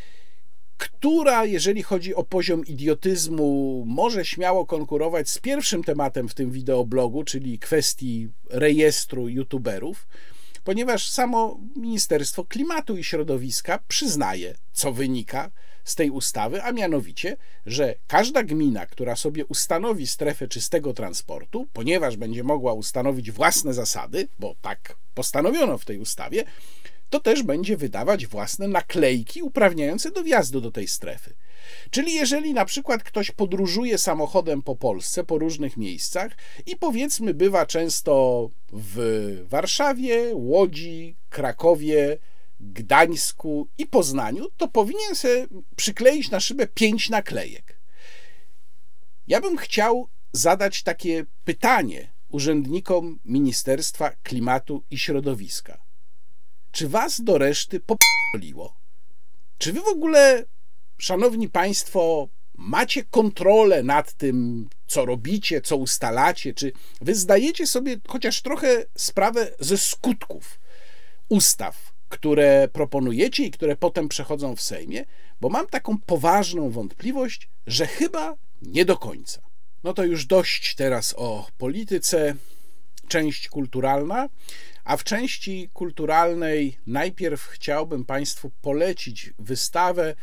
która, jeżeli chodzi o poziom idiotyzmu, może śmiało konkurować z pierwszym tematem w tym wideoblogu, czyli kwestii rejestru youtuberów, ponieważ samo Ministerstwo Klimatu i Środowiska przyznaje, co wynika z tej ustawy, a mianowicie, że każda gmina, która sobie ustanowi strefę czystego transportu, ponieważ będzie mogła ustanowić własne zasady, bo tak postanowiono w tej ustawie, to też będzie wydawać własne naklejki uprawniające do wjazdu do tej strefy. Czyli jeżeli na przykład ktoś podróżuje samochodem po Polsce, po różnych miejscach i powiedzmy bywa często w Warszawie, Łodzi, Krakowie, Gdańsku i Poznaniu, to powinien sobie przykleić na szybę 5 naklejek. Ja bym chciał zadać takie pytanie urzędnikom Ministerstwa Klimatu i Środowiska. Czy was do reszty popoliło? Czy wy w ogóle, szanowni państwo, macie kontrolę nad tym, co robicie, co ustalacie? Czy wy zdajecie sobie chociaż trochę sprawę ze skutków ustaw, które proponujecie i które potem przechodzą w Sejmie? Bo mam taką poważną wątpliwość, że chyba nie do końca. No to już dość teraz o polityce. Część kulturalna, a w części kulturalnej najpierw chciałbym Państwu polecić wystawę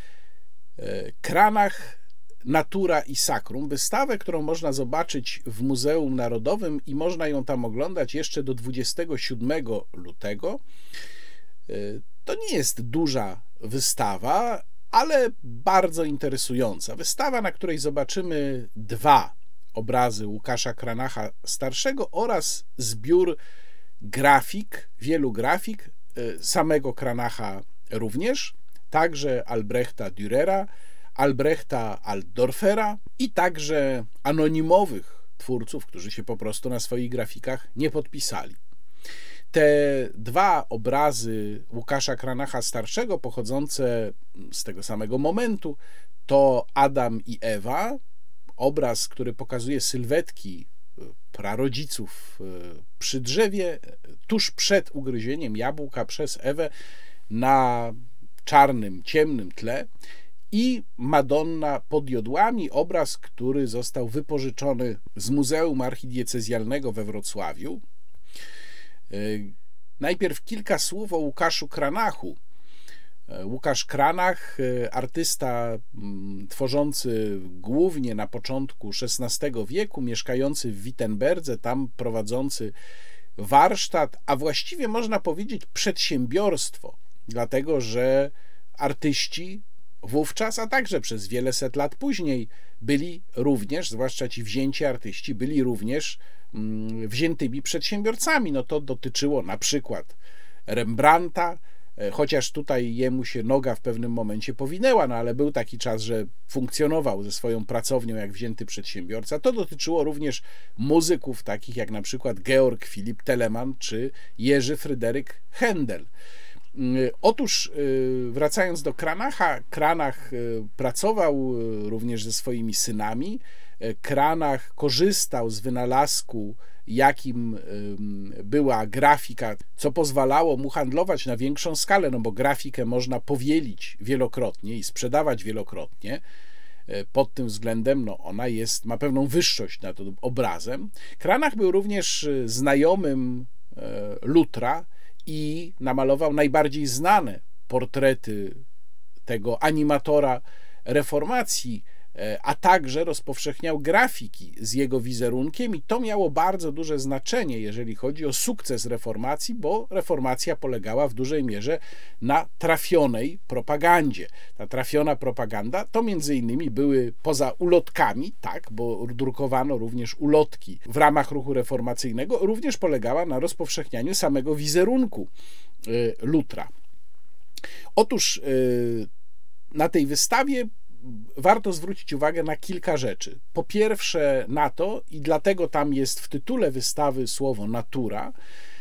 Kranach, Natura i Sakrum. Wystawę, którą można zobaczyć w Muzeum Narodowym i można ją tam oglądać jeszcze do 27 lutego. To nie jest duża wystawa, ale bardzo interesująca. Wystawa, na której zobaczymy 2 obrazy Łukasza Kranacha starszego oraz zbiór grafik, wielu grafik, samego Kranacha również, także Albrechta Dürera, Albrechta Altdorfera i także anonimowych twórców, którzy się po prostu na swoich grafikach nie podpisali. Te 2 obrazy Łukasza Kranacha starszego, pochodzące z tego samego momentu, to Adam i Ewa, obraz, który pokazuje sylwetki prarodziców przy drzewie, tuż przed ugryzieniem jabłka przez Ewę na czarnym, ciemnym tle, i Madonna pod jodłami, obraz, który został wypożyczony z Muzeum Archidiecezjalnego we Wrocławiu. Najpierw kilka słów o Łukaszu Kranachu. Łukasz Kranach, artysta tworzący głównie na początku XVI wieku, mieszkający w Wittenberdze, tam prowadzący warsztat, a właściwie można powiedzieć przedsiębiorstwo, dlatego że artyści wówczas, a także przez wiele set lat później byli również, zwłaszcza ci wzięci artyści, byli również wziętymi przedsiębiorcami. No to dotyczyło na przykład Rembrandta, chociaż tutaj jemu się noga w pewnym momencie powinęła, no ale był taki czas, że funkcjonował ze swoją pracownią jak wzięty przedsiębiorca. To dotyczyło również muzyków takich jak na przykład Georg Philipp Telemann czy Jerzy Fryderyk Händel. Otóż wracając do Cranacha, Cranach pracował również ze swoimi synami. Cranach korzystał z wynalazku, jakim była grafika, co pozwalało mu handlować na większą skalę, no bo grafikę można powielić wielokrotnie i sprzedawać wielokrotnie. Pod tym względem no ona ma pewną wyższość nad obrazem. Cranach był również znajomym Lutra i namalował najbardziej znane portrety tego animatora reformacji, a także rozpowszechniał grafiki z jego wizerunkiem i to miało bardzo duże znaczenie, jeżeli chodzi o sukces reformacji, bo reformacja polegała w dużej mierze na trafionej propagandzie. Ta trafiona propaganda to między innymi były poza ulotkami, tak, bo drukowano również ulotki w ramach ruchu reformacyjnego, również polegała na rozpowszechnianiu samego wizerunku Lutra. Otóż na tej wystawie warto zwrócić uwagę na kilka rzeczy. Po pierwsze na to, i dlatego tam jest w tytule wystawy słowo natura,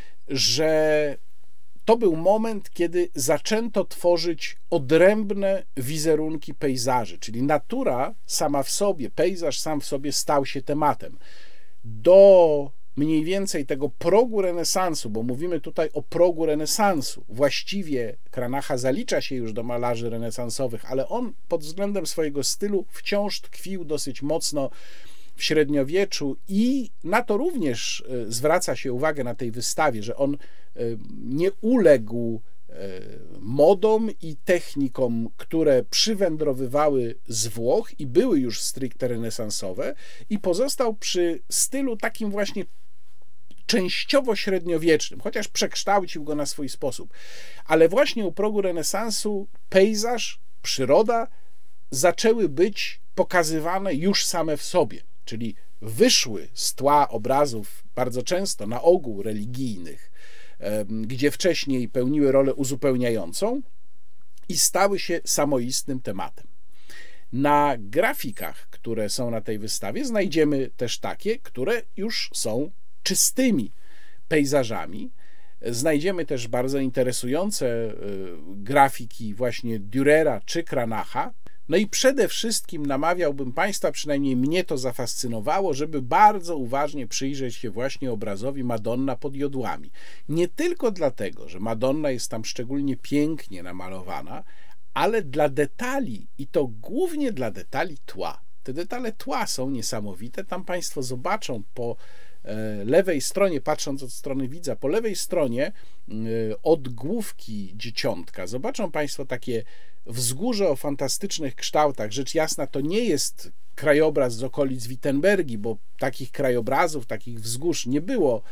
że to był moment, kiedy zaczęto tworzyć odrębne wizerunki pejzaży, czyli natura sama w sobie, pejzaż sam w sobie stał się tematem. Do mniej więcej tego progu renesansu, bo mówimy tutaj o progu renesansu. Właściwie Cranacha zalicza się już do malarzy renesansowych, ale on pod względem swojego stylu wciąż tkwił dosyć mocno w średniowieczu i na to również zwraca się uwagę na tej wystawie, że on nie uległ modom i technikom, które przywędrowywały z Włoch i były już stricte renesansowe i pozostał przy stylu takim właśnie częściowo średniowiecznym, chociaż przekształcił go na swój sposób. Ale właśnie u progu renesansu pejzaż, przyroda zaczęły być pokazywane już same w sobie, czyli wyszły z tła obrazów bardzo często, na ogół religijnych, gdzie wcześniej pełniły rolę uzupełniającą i stały się samoistnym tematem. Na grafikach, które są na tej wystawie, znajdziemy też takie, które już są czystymi pejzażami. Znajdziemy też bardzo interesujące grafiki właśnie Dürera czy Cranacha. No i przede wszystkim namawiałbym Państwa, przynajmniej mnie to zafascynowało, żeby bardzo uważnie przyjrzeć się właśnie obrazowi Madonna pod jodłami. Nie tylko dlatego, że Madonna jest tam szczególnie pięknie namalowana, ale dla detali i to głównie dla detali tła. Te detale tła są niesamowite. Tam Państwo zobaczą po lewej stronie, patrząc od strony widza, po lewej stronie od główki dzieciątka zobaczą Państwo takie wzgórze o fantastycznych kształtach. Rzecz jasna, to nie jest krajobraz z okolic Wittenbergi, bo takich krajobrazów, takich wzgórz nie było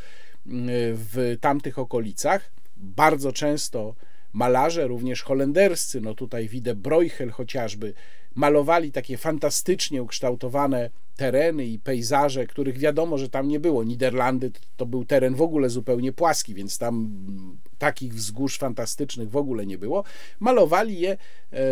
w tamtych okolicach. Bardzo często malarze, również holenderscy, no tutaj widzę Bruegel chociażby, malowali takie fantastycznie ukształtowane tereny i pejzaże, których wiadomo, że tam nie było. Niderlandy to był teren w ogóle zupełnie płaski, więc tam takich wzgórz fantastycznych w ogóle nie było. Malowali je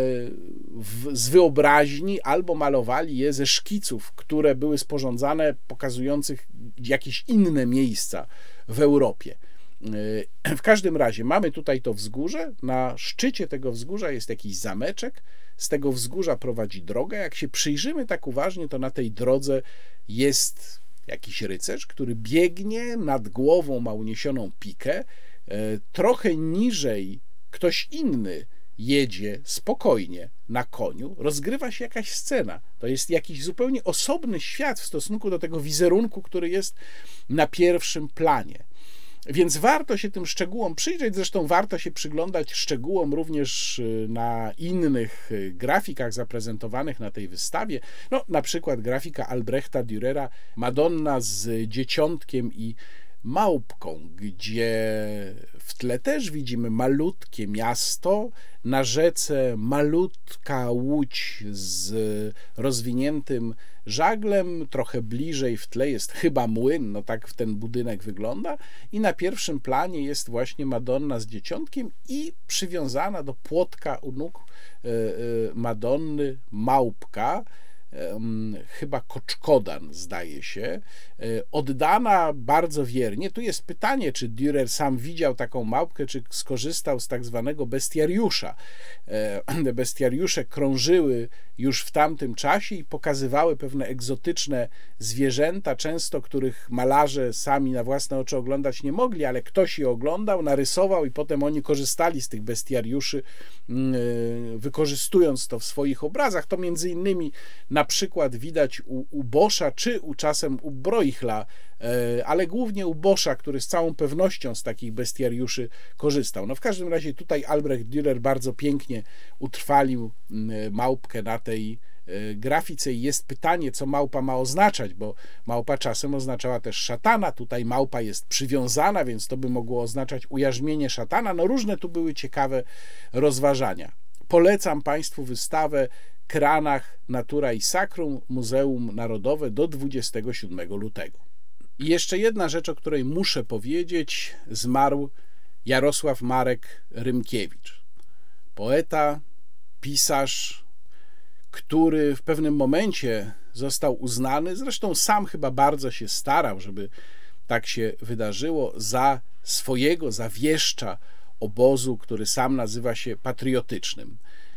z wyobraźni albo malowali je ze szkiców, które były sporządzane, pokazujących jakieś inne miejsca w Europie. W każdym razie mamy tutaj to wzgórze, na szczycie tego wzgórza jest jakiś zameczek, z tego wzgórza prowadzi droga. Jak się przyjrzymy tak uważnie, to na tej drodze jest jakiś rycerz, który biegnie, nad głową ma uniesioną pikę, trochę niżej ktoś inny jedzie spokojnie na koniu, rozgrywa się jakaś scena. To jest jakiś zupełnie osobny świat w stosunku do tego wizerunku, który jest na pierwszym planie. Więc warto się tym szczegółom przyjrzeć, zresztą warto się przyglądać szczegółom również na innych grafikach zaprezentowanych na tej wystawie. No, na przykład grafika Albrechta Dürera, Madonna z dzieciątkiem i Małpką, gdzie w tle też widzimy malutkie miasto, na rzece malutka łódź z rozwiniętym żaglem, trochę bliżej w tle jest chyba młyn, no tak ten budynek wygląda, i na pierwszym planie jest właśnie Madonna z dzieciątkiem i przywiązana do płotka u nóg Madonny małpka, chyba koczkodan, zdaje się, oddana bardzo wiernie. Tu jest pytanie, czy Dürer sam widział taką małpkę, czy skorzystał z tak zwanego bestiariusza. Te bestiariusze krążyły już w tamtym czasie i pokazywały pewne egzotyczne zwierzęta, często których malarze sami na własne oczy oglądać nie mogli, ale ktoś je oglądał, narysował i potem oni korzystali z tych bestiariuszy, wykorzystując to w swoich obrazach. To między innymi na przykład widać u Boscha, czy czasem u Breuchla, ale głównie u Boscha, który z całą pewnością z takich bestiariuszy korzystał. No w każdym razie tutaj Albrecht Dürer bardzo pięknie utrwalił małpkę na tej grafice i jest pytanie, co małpa ma oznaczać, bo małpa czasem oznaczała też szatana, tutaj małpa jest przywiązana, więc to by mogło oznaczać ujarzmienie szatana. No różne tu były ciekawe rozważania. Polecam Państwu wystawę Kranach, Natura i Sakrum, Muzeum Narodowe do 27 lutego. I jeszcze jedna rzecz, o której muszę powiedzieć. Zmarł Jarosław Marek Rymkiewicz. Poeta, pisarz, który w pewnym momencie został uznany, zresztą sam chyba bardzo się starał, żeby tak się wydarzyło, za wieszcza obozu, który sam nazywa się patriotycznym.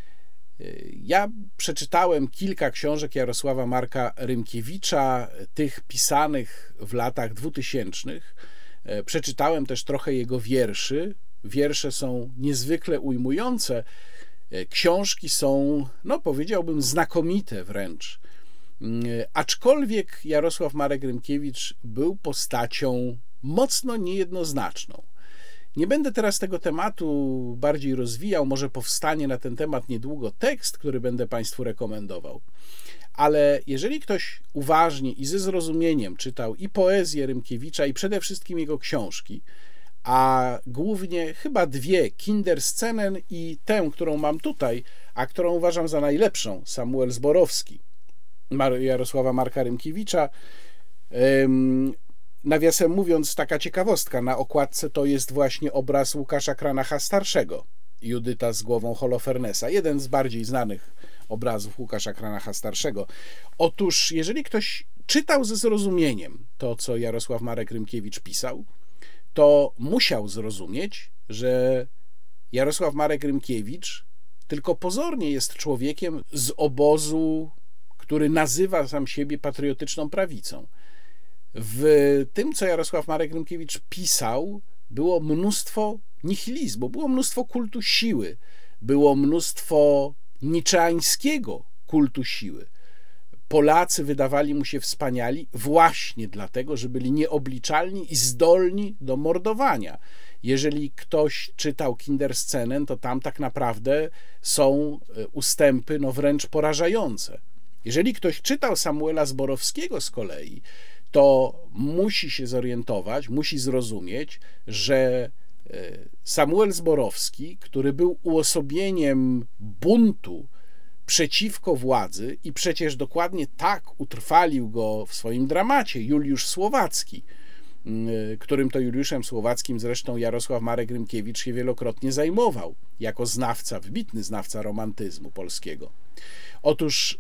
Ja przeczytałem kilka książek Jarosława Marka Rymkiewicza, tych pisanych w latach 2000. Przeczytałem też trochę jego wierszy. Wiersze są niezwykle ujmujące. Książki są, no powiedziałbym, znakomite wręcz. Aczkolwiek Jarosław Marek Rymkiewicz był postacią mocno niejednoznaczną. Nie będę teraz tego tematu bardziej rozwijał, może powstanie na ten temat niedługo tekst, który będę Państwu rekomendował. Ale jeżeli ktoś uważnie i ze zrozumieniem czytał i poezję Rymkiewicza, i przede wszystkim jego książki, a głównie chyba dwie, Kinderscenen i tę, którą mam tutaj, a którą uważam za najlepszą, Samuel Zborowski, Jarosława Marka Rymkiewicza. Nawiasem mówiąc, taka ciekawostka, na okładce to jest właśnie obraz Łukasza Kranacha starszego, Judyta z głową Holofernesa, jeden z bardziej znanych obrazów Łukasza Kranacha starszego. Otóż, jeżeli ktoś czytał ze zrozumieniem to, co Jarosław Marek Rymkiewicz pisał, to musiał zrozumieć, że Jarosław Marek Rymkiewicz tylko pozornie jest człowiekiem z obozu, który nazywa sam siebie patriotyczną prawicą. W tym, co Jarosław Marek Rymkiewicz pisał, było mnóstwo nihilizmu, było mnóstwo kultu siły, było mnóstwo niczeańskiego kultu siły. Polacy wydawali mu się wspaniali właśnie dlatego, że byli nieobliczalni i zdolni do mordowania. Jeżeli ktoś czytał Kinderscenen, to tam tak naprawdę są ustępy wręcz porażające. Jeżeli ktoś czytał Samuela Zborowskiego z kolei, to musi się zorientować, musi zrozumieć, że Samuel Zborowski, który był uosobieniem buntu przeciwko władzy i przecież dokładnie tak utrwalił go w swoim dramacie Juliusz Słowacki, którym to Juliuszem Słowackim zresztą Jarosław Marek Rymkiewicz się wielokrotnie zajmował, jako znawca, wybitny znawca romantyzmu polskiego. Otóż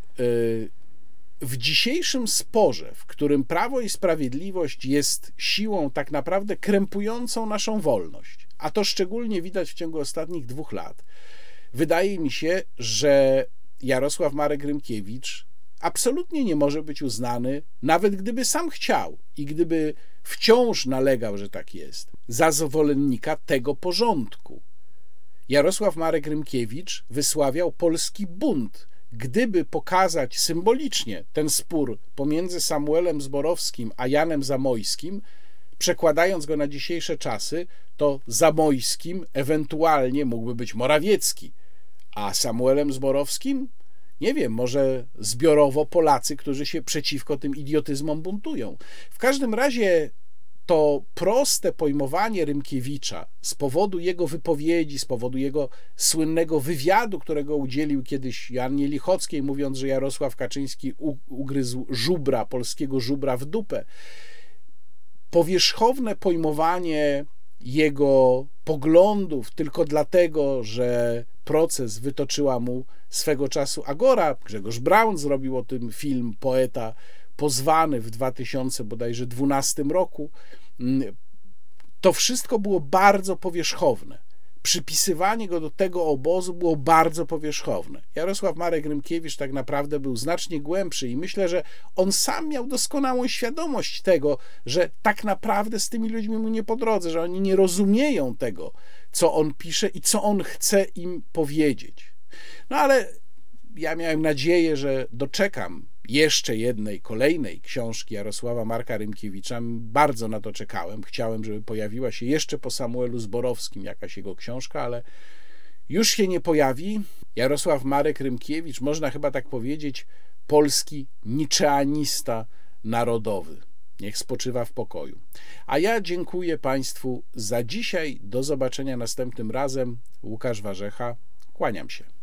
w dzisiejszym sporze, w którym Prawo i Sprawiedliwość jest siłą tak naprawdę krępującą naszą wolność, a to szczególnie widać w ciągu ostatnich 2 lat, wydaje mi się, że Jarosław Marek Rymkiewicz absolutnie nie może być uznany, nawet gdyby sam chciał i gdyby wciąż nalegał, że tak jest, za zwolennika tego porządku. Jarosław Marek Rymkiewicz wysławiał polski bunt. Gdyby pokazać symbolicznie ten spór pomiędzy Samuelem Zborowskim a Janem Zamojskim, przekładając go na dzisiejsze czasy, to Zamojskim ewentualnie mógłby być Morawiecki, a Samuelem Zborowskim, nie wiem, może zbiorowo Polacy, którzy się przeciwko tym idiotyzmom buntują. W każdym razie to proste pojmowanie Rymkiewicza z powodu jego wypowiedzi, z powodu jego słynnego wywiadu, którego udzielił kiedyś Joannie Lichockiej, mówiąc, że Jarosław Kaczyński ugryzł żubra, polskiego żubra w dupę. Powierzchowne pojmowanie jego poglądów tylko dlatego, że proces wytoczyła mu swego czasu Agora. Grzegorz Braun zrobił o tym film, poeta pozwany w 2012 roku. To wszystko było bardzo powierzchowne. Przypisywanie go do tego obozu było bardzo powierzchowne. Jarosław Marek Rymkiewicz tak naprawdę był znacznie głębszy i myślę, że on sam miał doskonałą świadomość tego, że tak naprawdę z tymi ludźmi mu nie po drodze, że oni nie rozumieją tego, co on pisze i co on chce im powiedzieć. No ale ja miałem nadzieję, że doczekam jeszcze jednej, kolejnej książki Jarosława Marka Rymkiewicza. Bardzo na to czekałem. Chciałem, żeby pojawiła się jeszcze po Samuelu Zborowskim jakaś jego książka, ale już się nie pojawi. Jarosław Marek Rymkiewicz, można chyba tak powiedzieć, polski niczeanista narodowy. Niech spoczywa w pokoju. A ja dziękuję Państwu za dzisiaj. Do zobaczenia następnym razem. Łukasz Warzecha. Kłaniam się.